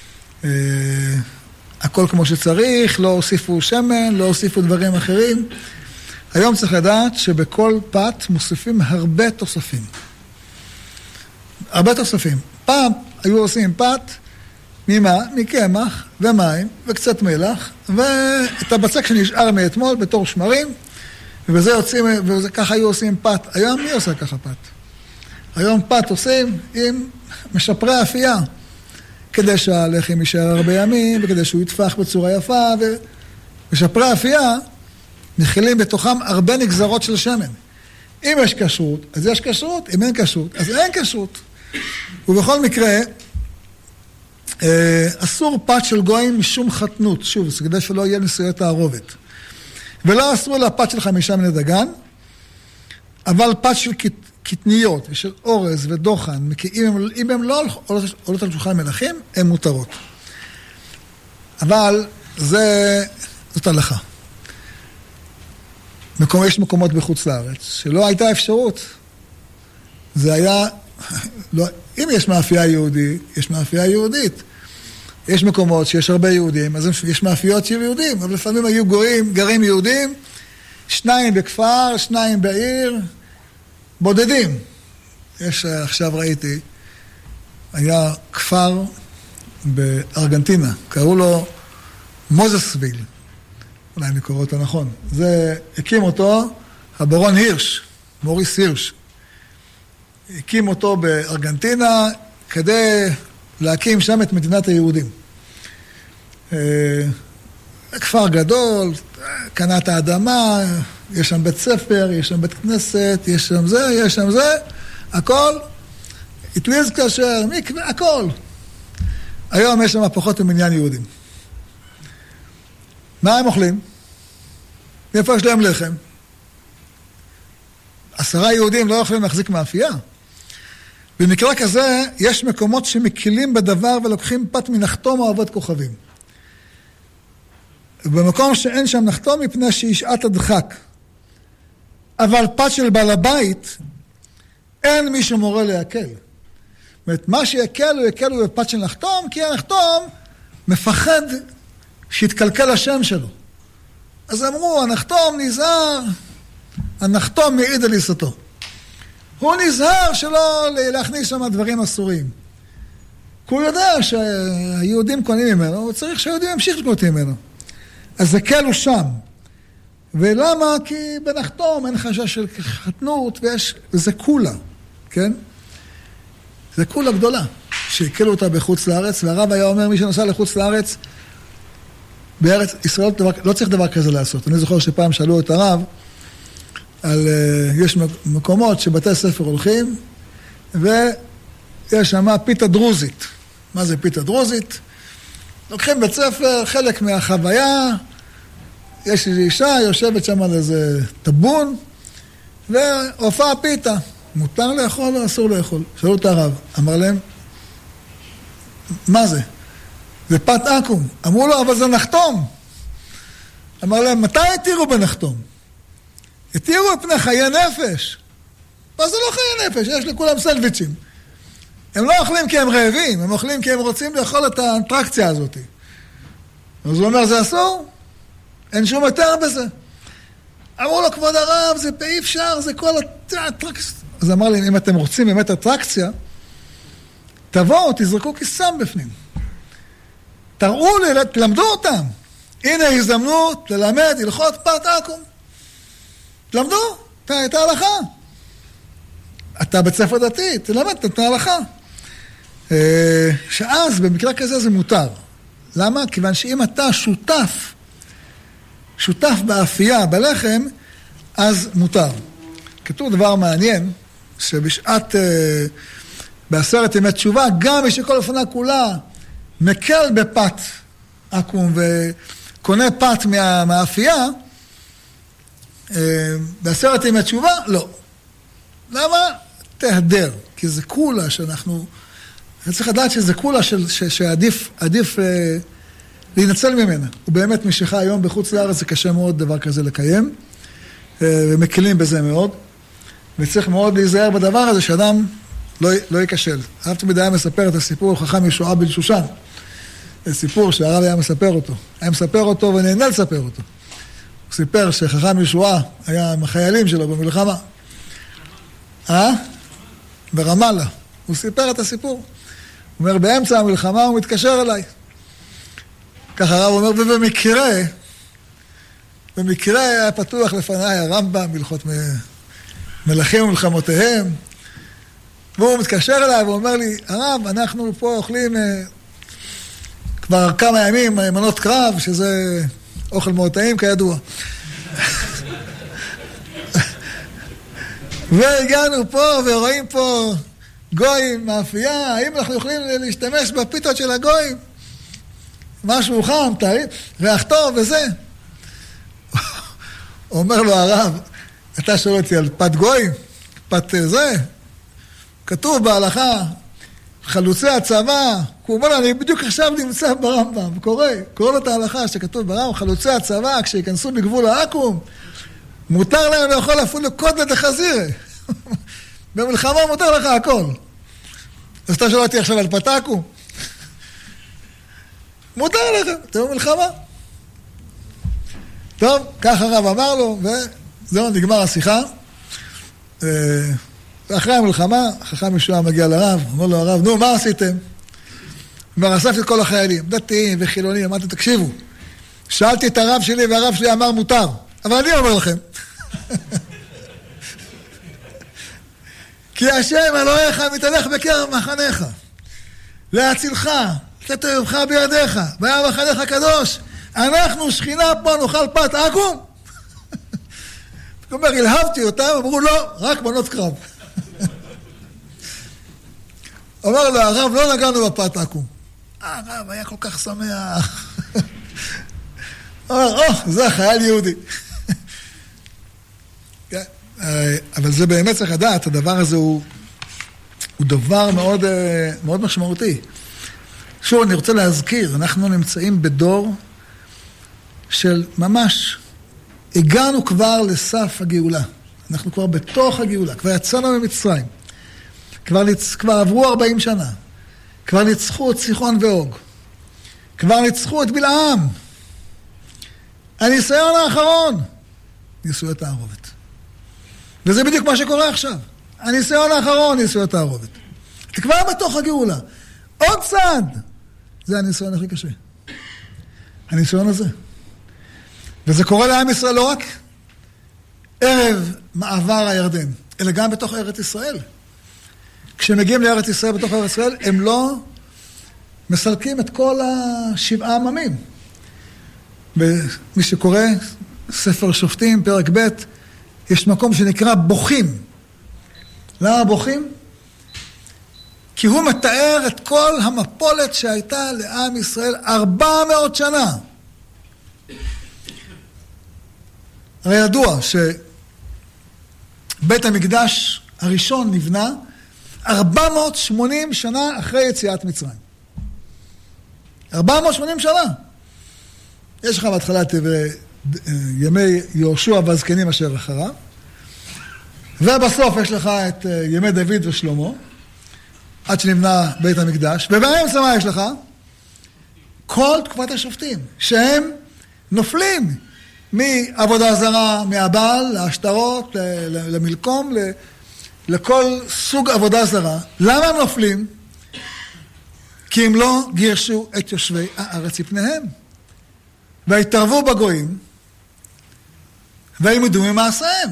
הכל כמו שצריך, לא הוסיפו שמן, לא הוסיפו דברים אחרים. היום צריך לדעת שבכל פת מוסיפים הרבה תוספים. הרבה תוספים. פעם היו עושים פת ממה? מקמח ומים וקצת מלח, ואת הבצק שנשאר מאתמול בתור שמרים, ובזה יוצאים, וככה היו עושים פת. היום מי עושה ככה פת? היום פת עושים עם משפרי אפייה, כדי שהלחם יישאר הרבה ימים, וכדי שהוא יתפח בצורה יפה, ומשפרי אפייה מכילים בתוכם הרבה נגזרות של שמן. אם יש כשרות, אז יש כשרות, אם אין כשרות, אז אין כשרות. ובכל מקרה, אסור פת של גויים משום חתנות, שוב, זה כדי שלא יהיה נישואי תערובת. ולא אסור לה פת של 5 מיני דגן, אבל פת של קטניות ושל אורז ודוחן, אם הם לא עולות על שולחן מלכים, הן מותרות. אבל זאת הלכה. יש מקומות בחוץ לארץ, שלא הייתה אפשרות. זה היה, אם יש מאפייה יהודי, יש מאפייה יהודית. יש מקומות שיש הרבה יהודים, אז יש מאפיות של יהודים, אבל לפעמים היו גרים יהודים, 2 בכפר, 2 בעיר, בודדים. עכשיו ראיתי, היה כפר בארגנטינה, קראו לו מוזסוויל, אולי אני קורא אותו נכון. זה הקים אותו הברון הירש, מוריס הירש. הקים אותו בארגנטינה כדי להקים שם את מדינת היהודים. כפר גדול, קנה את האדמה, יש שם בית ספר, יש שם בית כנסת, יש שם זה, יש שם זה, הכל, אטליז כשר, מקווה, הכל. היום יש שם פחות ממניין יהודים. מה הם אוכלים? מאיפה יש להם לחם? 10 יהודים לא יכולים להחזיק מאפייה. במקרה כזה, יש מקומות שמקילים בדבר ולוקחים פת מנחתום או אבות כוכבים. במקום שאין שם נחתום מפני שהיא שעת הדחק. אבל פת של בעל הבית, אין מי שמורה להקל. זאת אומרת, מה שיקלו בפת של נחתום, כי הנחתום מפחד שיתקלקל השם שלו. אז אמרו, הנחתום נזהר, הנחתום מעיד על עיסתו. הוא נזהר שלא להכניס שם דברים אסורים. כי הוא יודע שהיהודים קונים ממנו, הוא צריך שהיהודים ימשיך לקנות ממנו. אז זה קלו שם. ולמה? כי בנחתום אין חשש של חתנות, וזה קולה, כן? זה קולה גדולה, שהקלו אותה בחוץ לארץ, והרב היה אומר, מי שנוסע לחוץ לארץ, בארץ ישראל לא צריך דבר כזה לעשות. אני זוכר שפעם שאלו את הרב, יש מקומות שבתי ספר הולכים, ויש שם פיתה דרוזית. מה זה פיתה דרוזית? לוקחים בית ספר, חלק מהחוויה, יש איזו אישה, יושבת שם על איזה טבון, והופעה פיתה. מותר לאכול או אסור לאכול? שאלו את הרב, אמר להם, מה זה? זה פת אקום. אמרו לו, אבל זה נחתום. אמר להם, מתי התירו בנחתום? התירו פני חיי נפש. מה זה לא חיי נפש? יש לכולם סלוויצ'ים. הם לא אוכלים כי הם רעבים, הם אוכלים כי הם רוצים לאכול את האטרקציה הזאת. אז הוא אומר, זה אסור? אין שום יותר בזה. אמרו לו, כבוד הרב, זה אי אפשר, זה כל האטרקציה. אז אמר לי, אם אתם רוצים באמת אטרקציה, תבואו, תזרקו כיסם בפנים. תראו לי, תלמדו אותם. הנה הזדמנות ללמד הלכות פת אקום. תלמדו, את ההלכה. אתה בית ספר דתי, תלמד את ההלכה. שאז במקרה כזה זה מותר. למה? כיוון שאם אתה שותף באפייה, בלחם, אז מותר. כתוב דבר מעניין, שבשעת, בעשרת ימי תשובה, גם מי שכל אופנה כולה מקל בפת אקום וקונה פת מהאפייה, בעשרת ימי תשובה, לא. למה? תהדר, כי זה כולה שאנחנו, אני צריך לדעת שזה כולה שעדיף להינצל ממנה. ובאמת משיכה היום בחוץ לארץ זה קשה מאוד דבר כזה לקיים, ומקלים בזה מאוד, וצריך מאוד להיזהר בדבר הזה שאדם לא ייכשל. הרב תמיד היה מספר את הסיפור על חכם ישועה בן שושן, זה סיפור שהרב היה מספר אותו, ונהנה לספר אותו. הוא סיפר שחכם ישועה היה עם החיילים שלו במלחמה. ברמאללה. הוא סיפר את הסיפור. הוא אומר, באמצע המלחמה הוא מתקשר אליי. ככה הרב אומר, במקרה היה פתוח לפניי הרמב"ם, הלכות מלכים ומלחמותיהם. והוא מתקשר אליי ואומר לי, הרב, אנחנו פה אוכלים כבר כמה ימים מנות קרב, שזה אוכל מאוד טעים כידוע. והגענו פה ורואים פה גויים מאפייה, האם אנחנו יכולים להשתמש בפיתות של הגויים? משהו חם, ריח טוב וזה. אומר לו הרב, אתה שואל אותי על פת גויים? פת זה? כתוב בהלכה, חלוצי הצבא, הוא אומר לו, אני בדיוק עכשיו נמצא ברמב"ם, קורא לו את ההלכה שכתוב ברמב"ם, חלוצי הצבא, כשיכנסו מגבול העכו"ם, מותר להם לאכול אפילו קודלה דחזירה. במלחמה מותר לך הכל. אז אתה שואל אותי עכשיו על פת עכו"ם? מותר לך, אתה במלחמה. טוב, כך הרב אמר לו, וזהו, נגמר השיחה. ואחרי המלחמה, חכם ישועה מגיע לרב, אומר לו הרב, נו, מה עשיתם? כבר אספתי את כל החיילים, דתיים וחילונים, אמרתי, תקשיבו, שאלתי את הרב שלי, והרב שלי אמר מותר, אבל אני אומר לכם, כי השם אלוהיך מתהלך בקרב מחניך, להצילך, לתת יומך בידיך, והיה מחניך הקדוש, אנחנו שכינה פה נאכל פת עכו"ם. הוא אומר, הלהבתי אותם, אמרו לא, רק מנות קרב. אומר לו, הרב, לא נגענו בפת עכו"ם. הרב היה כל כך שמח. אומר, זה חייל יהודי. אבל זה באמת צריך לדעת, הדבר הזה הוא דבר מאוד, מאוד משמעותי. שוב, אני רוצה להזכיר, אנחנו נמצאים בדור של ממש, הגענו כבר לסף הגאולה. אנחנו כבר בתוך הגאולה, כבר יצאנו ממצרים. כבר עברו 40 שנה. כבר ניצחו את סיחון ואוג. כבר ניצחו את בלעם. הניסיון האחרון, ניסוי התערובת. וזה בדיוק מה שקורה עכשיו. הניסיון האחרון, ניסוי התערובת. אתה כבר בתוך הגאולה. עוד צעד. זה הניסיון הכי קשה. הניסיון הזה. וזה קורה לעם ישראל לא רק ערב מעבר הירדן, אלא גם בתוך ארץ ישראל. כשמגיעים לארץ ישראל, בתוך ארץ ישראל, הם לא מסלקים את כל 7 עממים. ומי שקורא ספר שופטים, פרק ב', יש מקום שנקרא בוכים. למה בוכים? כי הוא מתאר את כל המפולת שהייתה לעם ישראל 400 שנה. הרי ידוע שבית המקדש הראשון נבנה 480 שנה אחרי יציאת מצרים. 480 שנה. יש לך בהתחלה ימי יהושע והזקנים אשר אחריו, ובסוף יש לך את ימי דוד ושלמה, עד שנבנה בית המקדש, ובאמצע מה יש לך? כל תקופת השופטים, שהם נופלים מעבודה זרה, מהבעל, להשטרות, למלקום, לכל סוג עבודה זרה. למה הם נופלים? כי הם לא גירשו את יושבי הארץ מפניהם. והתערבו בגויים, וילמדו ממעשיהם.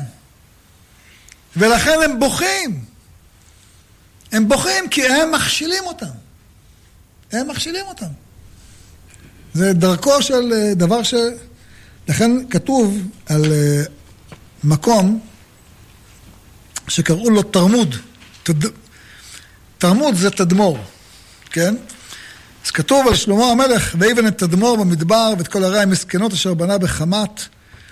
ולכן הם בוכים. הם בוכים כי הם מכשילים אותם. הם מכשילים אותם. זה דרכו של דבר ש... לכן כתוב על מקום שקראו לו תרמוד. תרמוד זה תדמור, כן? אז כתוב על שלמה המלך, ויבן את תדמור במדבר ואת כל ערי המסכנות אשר בנה בחמת,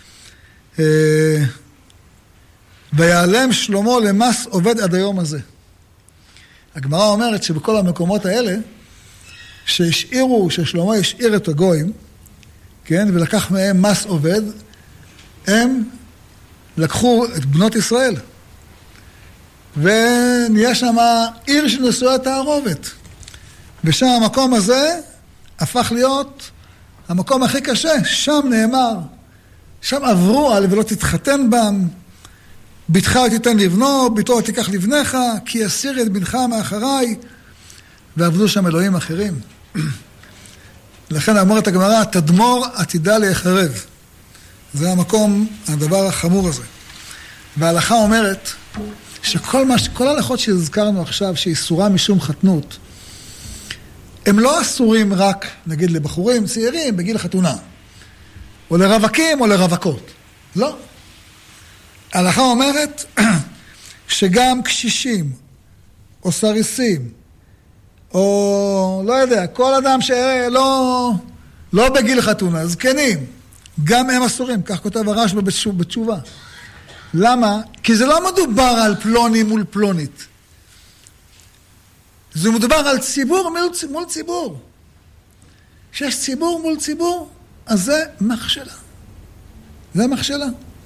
ויעלם שלמה למס עובד עד היום הזה. הגמרא אומרת שבכל המקומות האלה, ששלמה השאיר את הגויים, כן, ולקח מהם מס עובד, הם לקחו את בנות ישראל. ונהיה שם עיר של נישואי התערובת. ושם המקום הזה הפך להיות המקום הכי קשה. שם נאמר, שם עברו על ולא תתחתן בם, ביתך לא תיתן לבנו, ביתו לא תיקח לבנך, כי יסיר את בנך מאחריי, ועבדו שם אלוהים אחרים. לכן אמרת הגמרא, תדמור עתידה להיחרב. זה המקום, הדבר החמור הזה. וההלכה אומרת שכל ההלכות שהזכרנו עכשיו, שאיסורה משום חתנות, הם לא אסורים רק, נגיד, לבחורים צעירים בגיל החתונה, או לרווקים או לרווקות. לא. ההלכה אומרת שגם קשישים, או סריסים, או לא יודע, כל אדם שלא בגיל חתונה, זקנים, גם הם אסורים, כך כותב הרשב"א בתשובה. למה? כי זה לא מדובר על פלוני מול פלונית. זה מדובר על ציבור מול ציבור. כשיש ציבור מול ציבור, אז זה מכשלה. זה מכשלה.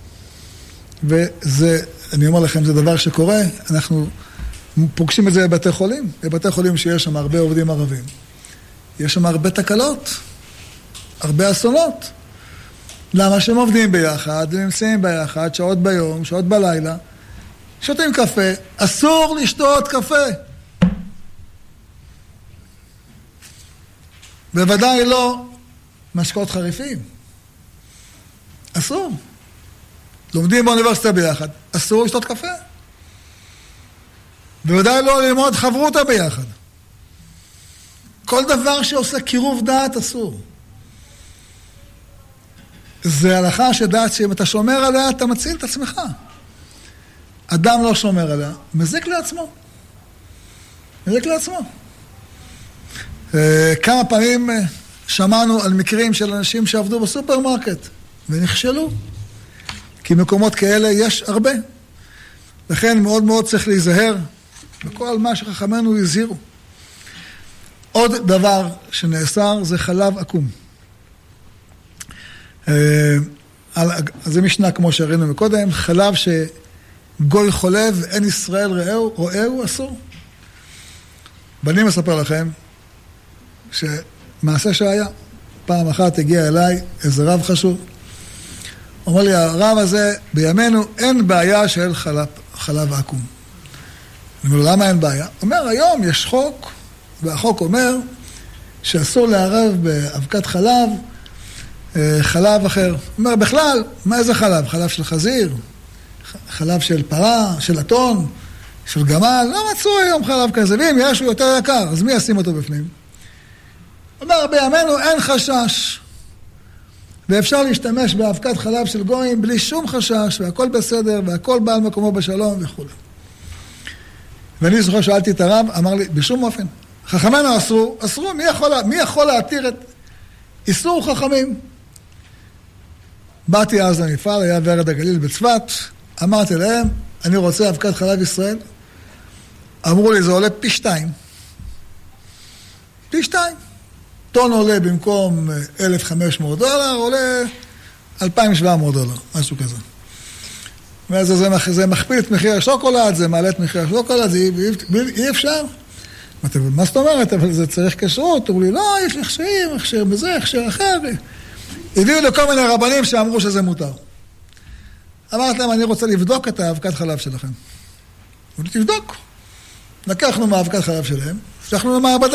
וזה, אני אומר לכם, זה דבר שקורה, אנחנו פוגשים את זה בבתי חולים, בבתי חולים שיש שם הרבה עובדים ערבים. יש שם הרבה תקלות, הרבה אסונות. למה שהם עובדים ביחד, נמצאים ביחד, שעות ביום, שעות בלילה, שותים קפה, אסור לשתות קפה. בוודאי לא משקאות חריפים. אסור. לומדים באוניברסיטה ביחד, אסור לשתות קפה. בוודאי לא ללמוד חברותה ביחד. כל דבר שעושה קירוב דעת אסור. זה הלכה שדעת שאם אתה שומר עליה, אתה מציל את עצמך. אדם לא שומר עליה, מזיק לעצמו. מזיק לעצמו. כמה פעמים שמענו על מקרים של אנשים שעבדו בסופרמרקט ונכשלו. כי מקומות כאלה יש הרבה. לכן מאוד מאוד צריך להיזהר בכל מה שחכמינו הזהירו. עוד דבר שנאסר זה חלב עקום. זה משנה כמו שראינו מקודם, חלב שגוי חולב, אין ישראל רואהו, אסור. ואני מספר לכם שמעשה שהיה, פעם אחת הגיע אליי איזה רב חשוב, אומר לי, הרב הזה, בימינו אין בעיה של חלב עקום. אני אומר, למה אין בעיה? אומר, היום יש חוק, והחוק אומר שאסור לערב באבקת חלב, חלב אחר. אומר, בכלל, מה איזה חלב? חלב של חזיר? חלב של פרה? של אתון? של גמל? לא מצאו היום חלב כזה, ואם יש הוא יותר יקר, אז מי ישים אותו בפנים? אומר, בימינו אין חשש, ואפשר להשתמש באבקת חלב של גויים בלי שום חשש, והכל בסדר, והכל בא על מקומו בשלום וכו'. ואני זוכר שאלתי את הרב, אמר לי, בשום אופן. חכמינו אסרו, מי יכול להתיר את איסור חכמים? באתי אז למפעל, היה ורד הגליל בצפת, אמרתי להם, אני רוצה אבקת חלב ישראל. אמרו לי, זה עולה פי 2. פי 2. טון עולה במקום $1,500, עולה $2,700, משהו כזה. ואז זה מכפיל את מחיר השוקולד, זה מעלה את מחיר השוקולד, זה אי אפשר. מה זאת אומרת? אבל זה צריך כשרות. אמרו לי, לא, יש הכשר בזה, הכשר אחר. הביאו לכל מיני רבנים שאמרו שזה מותר. אמרתי להם, אני רוצה לבדוק את האבקת חלב שלכם. אמרו לי, תבדוק. לקחנו מהאבקת חלב שלהם, שלחנו למעבדה.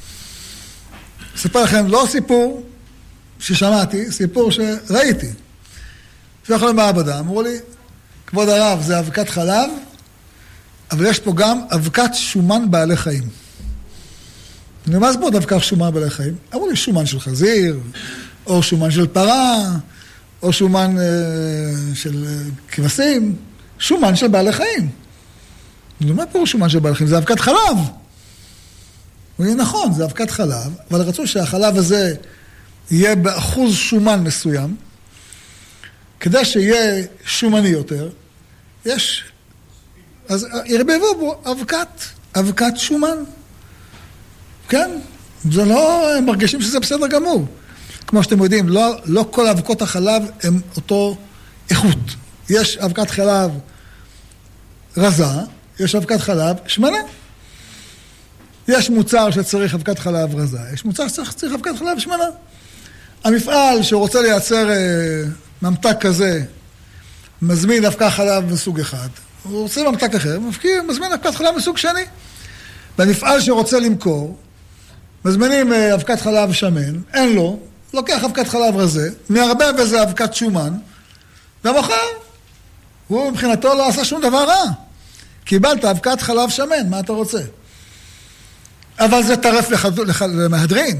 אספר לכם, לא סיפור ששמעתי, סיפור שראיתי. שלחנו למעבדה, אמרו לי, כבוד הרב, זה אבקת חלב, אבל יש פה גם אבקת שומן בעלי חיים. ומה זה פה אבקת שומן בעלי חיים? אמרו לי, שומן של חזיר, או שומן של פרה, או שומן של כבשים, שומן של בעלי חיים. מה פה שומן של בעלי חיים? זה אבקת חלב. אמרו לי, נכון, זה אבקת חלב, אבל רצו שהחלב הזה יהיה באחוז שומן מסוים, כדי שיהיה שומני יותר, יש, אז ירבבו בו אבקת שומן. כן? זה לא, הם מרגישים שזה בסדר גמור. כמו שאתם יודעים, לא כל אבקות החלב הם אותו איכות. יש אבקת חלב רזה, יש אבקת חלב שמנה. יש מוצר שצריך אבקת חלב רזה, יש מוצר שצריך אבקת חלב שמנה. המפעל שרוצה לייצר ממתק כזה, מזמין אבקת חלב מסוג אחד, הוא רוצה ממתק אחר, מזמין אבקת חלב מסוג שני. והמפעל שרוצה למכור, מזמינים אבקת חלב שמן, אין לו, לוקח אבקת חלב רזה, מערבב איזה אבקת שומן, ומוכר. הוא מבחינתו לא עשה שום דבר רע. קיבלת אבקת חלב שמן, מה אתה רוצה? אבל זה טרף למהדרין.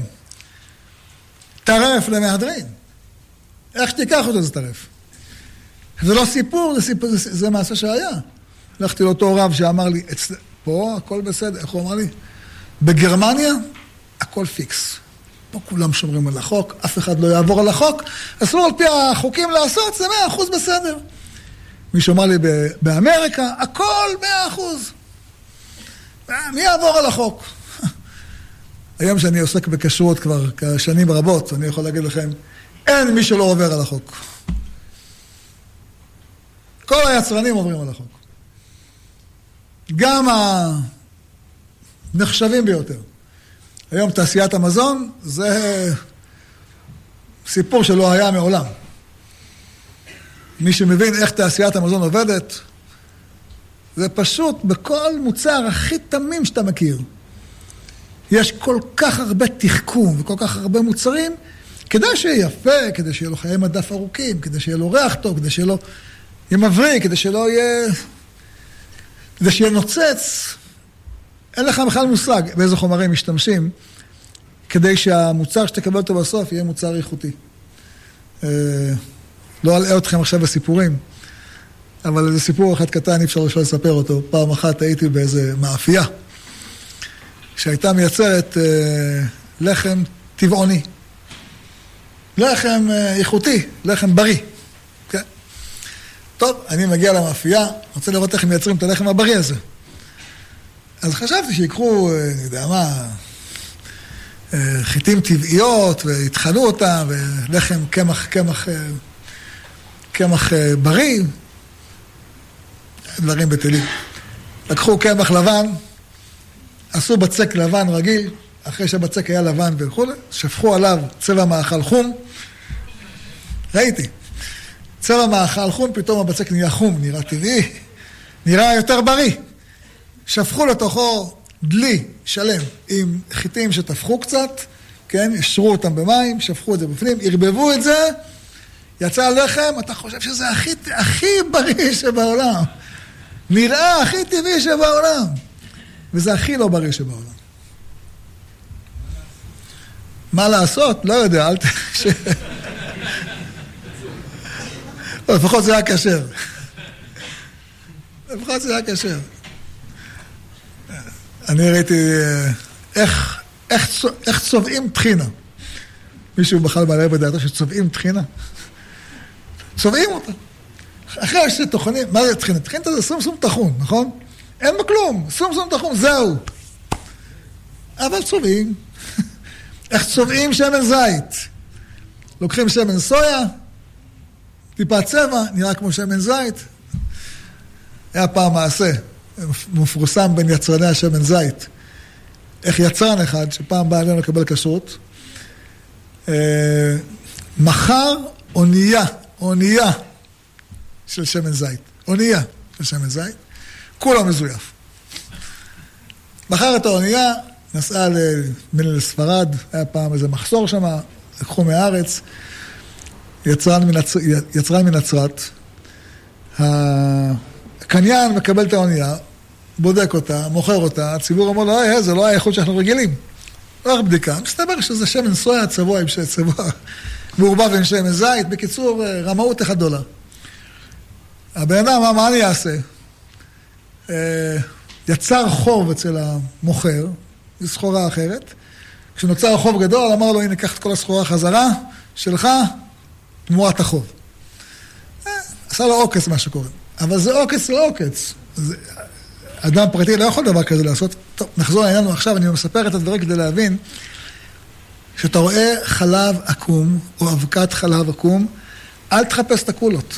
טרף למהדרין. איך שתיקח אותו זה טרף? זה לא סיפור, זה מעשה שהיה. הלכתי לאותו רב שאמר לי, פה הכל בסדר, איך הוא אמר לי? בגרמניה הכל פיקס. פה כולם שומרים על החוק, אף אחד לא יעבור על החוק, אסור על פי החוקים לעשות, זה 100% בסדר. מישהו אמר לי, באמריקה הכל 100%. מי יעבור על החוק? היום שאני עוסק בכשרות כבר שנים רבות, אני יכול להגיד לכם, אין מי שלא עובר על החוק. כל היצרנים עוברים על החוק. גם הנחשבים ביותר. היום תעשיית המזון זה סיפור שלא היה מעולם. מי שמבין איך תעשיית המזון עובדת, זה פשוט בכל מוצר הכי תמים שאתה מכיר. יש כל כך הרבה תחכום וכל כך הרבה מוצרים, כדי שיהיה יפה, כדי שיהיה לו חיי מדף ארוכים, כדי שיהיה לו ריח טוב, כדי שיהיה לו יהיה מבריא, כדי שלא יהיה... כדי שיהיה נוצץ. אין לך בכלל מושג באיזה חומרים משתמשים, כדי שהמוצר שתקבל אותו בסוף יהיה מוצר איכותי. לא אלאה אתכם עכשיו בסיפורים, אבל זה סיפור אחד קטן, אי אפשר לספר אותו. פעם אחת הייתי באיזה מאפייה, שהייתה מייצרת לחם טבעוני. לחם איכותי, לחם בריא. כן? טוב, אני מגיע למאפייה, רוצה לראות איך הם מייצרים את הלחם הבריא הזה. אז חשבתי שיקחו, אני יודע מה, חיטים טבעיות, והתחלו אותם, ולחם קמח בריא, דברים בטלים. לקחו קמח לבן, עשו בצק לבן רגיל, אחרי שהבצק היה לבן וכו', שפכו עליו צבע מאכל חום, ראיתי, צבע מאכל חום, פתאום הבצק נהיה חום, נראה טבעי, נראה יותר בריא. שפכו לתוכו דלי שלם עם חיטים שטפחו קצת, כן, ישרו אותם במים, שפכו את זה בפנים, הרבבו את זה, יצא לחם, אתה חושב שזה הכי בריא שבעולם. נראה הכי טבעי שבעולם. וזה הכי לא בריא שבעולם. מה לעשות? לא יודע, אל תחשב. לפחות זה היה כשר. לפחות זה היה כשר. אני ראיתי איך צובעים טחינה. מישהו בכלל מעלה בדעתו שצובעים טחינה. צובעים אותה. אחרי שטוחנים, מה זה טחינה? טחינה זה סום טחון, נכון? אין בכלום, סום טחון, זהו. אבל צובעים. איך צובעים שמן זית? לוקחים שמן סויה, טיפה צבע, נראה כמו שמן זית. היה פעם מעשה, מפורסם בין יצרני השמן זית. איך יצרן אחד, שפעם בא עלינו לקבל כשרות, מחר אונייה של שמן זית. אונייה של שמן זית. כולו מזויף. מחר את האונייה, נסעה לספרד, היה פעם איזה מחסור שם, לקחו מהארץ, יצרן מנצרת, הקניין מקבל את האונייה, בודק אותה, מוכר אותה, הציבור אומר לו, זה לא האיכות שאנחנו רגילים. לא רק בדיקה, מסתבר שזה שמן סויה צבוע עם צבוע מעורבב עם שמן זית, בקיצור, רמאות $1. הבן אדם, מה אני אעשה? יצר חוב אצל המוכר, זו סחורה אחרת. כשנוצר חוב גדול, אמר לו, הנה, קח את כל הסחורה חזרה שלך, תמורת החוב. עשה לו עוקץ מה שקורה. אבל זה עוקץ לא עוקץ. אדם פרטי לא יכול דבר כזה לעשות. טוב, נחזור לעניינו עכשיו, אני מספר את הדברים כדי להבין, שאתה רואה חלב עקום, או אבקת חלב עקום, אל תחפש את הקולות.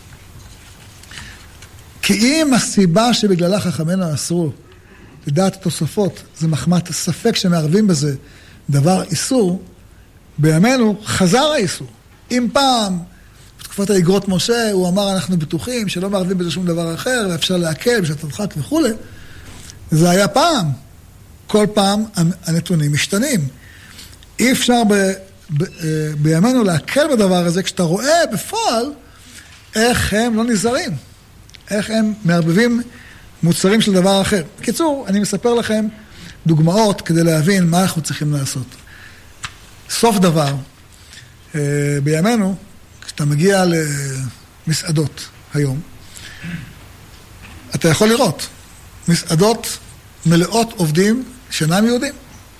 כי אם הסיבה שבגללה חכמינו אסרו, לדעת התוספות, זה מחמת הספק שמערבים בזה דבר איסור, בימינו חזר האיסור. אם פעם, בתקופת האגרות משה, הוא אמר אנחנו בטוחים שלא מערבים בזה שום דבר אחר, ואפשר להקל, שאתה תדחק וכו'. זה היה פעם. כל פעם הנתונים משתנים. אי אפשר בימינו להקל בדבר הזה, כשאתה רואה בפועל איך הם לא נזהרים. איך הם מערבבים מוצרים של דבר אחר. בקיצור, אני מספר לכם דוגמאות כדי להבין מה אנחנו צריכים לעשות. סוף דבר, בימינו, כשאתה מגיע למסעדות היום, אתה יכול לראות מסעדות מלאות עובדים שאינם יהודים.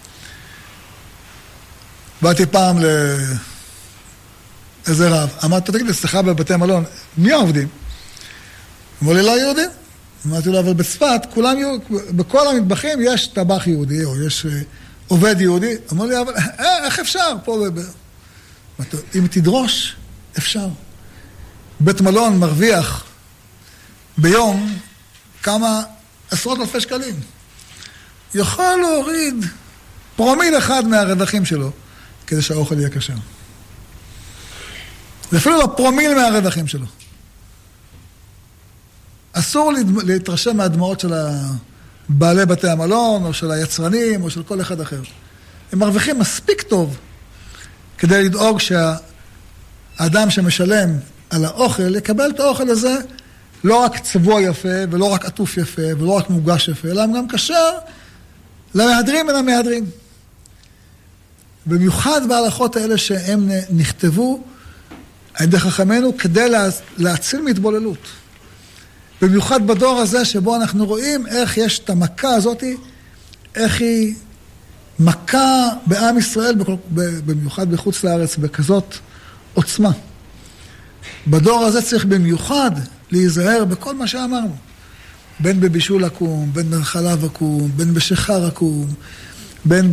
באתי פעם לאיזה רב, אמרתי, תגיד, אצלך בבתי מלון, מי העובדים? אמרו לי, לא יהודים. אמרתי לו, אבל בצפת, כולם בכל המטבחים יש טבח יהודי, או יש עובד יהודי. אמרו לי, אבל איך אפשר? פה, אם תדרוש, אפשר. בית מלון מרוויח ביום כמה עשרות אלפי שקלים. יכול להוריד פרומיל אחד מהרווחים שלו, כדי שהאוכל יהיה כשר. ואפילו לא פרומיל מהרווחים שלו. אסור להתרשם מהדמעות של בעלי בתי המלון, או של היצרנים, או של כל אחד אחר. הם מרוויחים מספיק טוב, כדי לדאוג שהאדם שמשלם על האוכל, יקבל את האוכל הזה, לא רק צבוע יפה, ולא רק עטוף יפה, ולא רק מוגש יפה, אלא גם כשר למהדרים ולמהדרים. במיוחד בהלכות האלה שהם נכתבו על ידי חכמינו כדי להציל מהתבוללות. במיוחד בדור הזה שבו אנחנו רואים איך יש את המכה הזאת, איך היא מכה בעם ישראל, במיוחד בחוץ לארץ, בכזאת עוצמה. בדור הזה צריך במיוחד להיזהר בכל מה שאמרנו. בין בבישול עקום, בין בחלב עקום, בין בשחר עקום, בין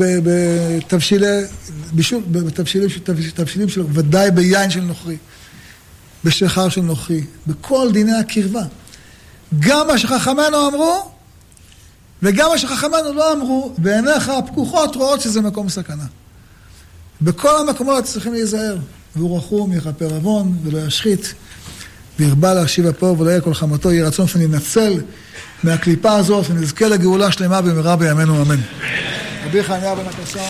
בתבשילים שלו, ודאי ביין של נוכרי, בשחר של נוכרי, בכל דיני הקרבה. גם מה שחכמינו אמרו, וגם מה שחכמינו לא אמרו, בעיניך הפקוחות רואות שזה מקום סכנה. בכל המקומות צריכים להיזהר. והוא רחום, יכפר עוון, ולא ישחית, וירבה להשיב אפו, ולא יהיה כל חמתו, יהיה רצון וננצל מהקליפה הזאת, ונזכה לגאולה שלמה במהרה בימינו אמן. רבי חניה בן הקשה.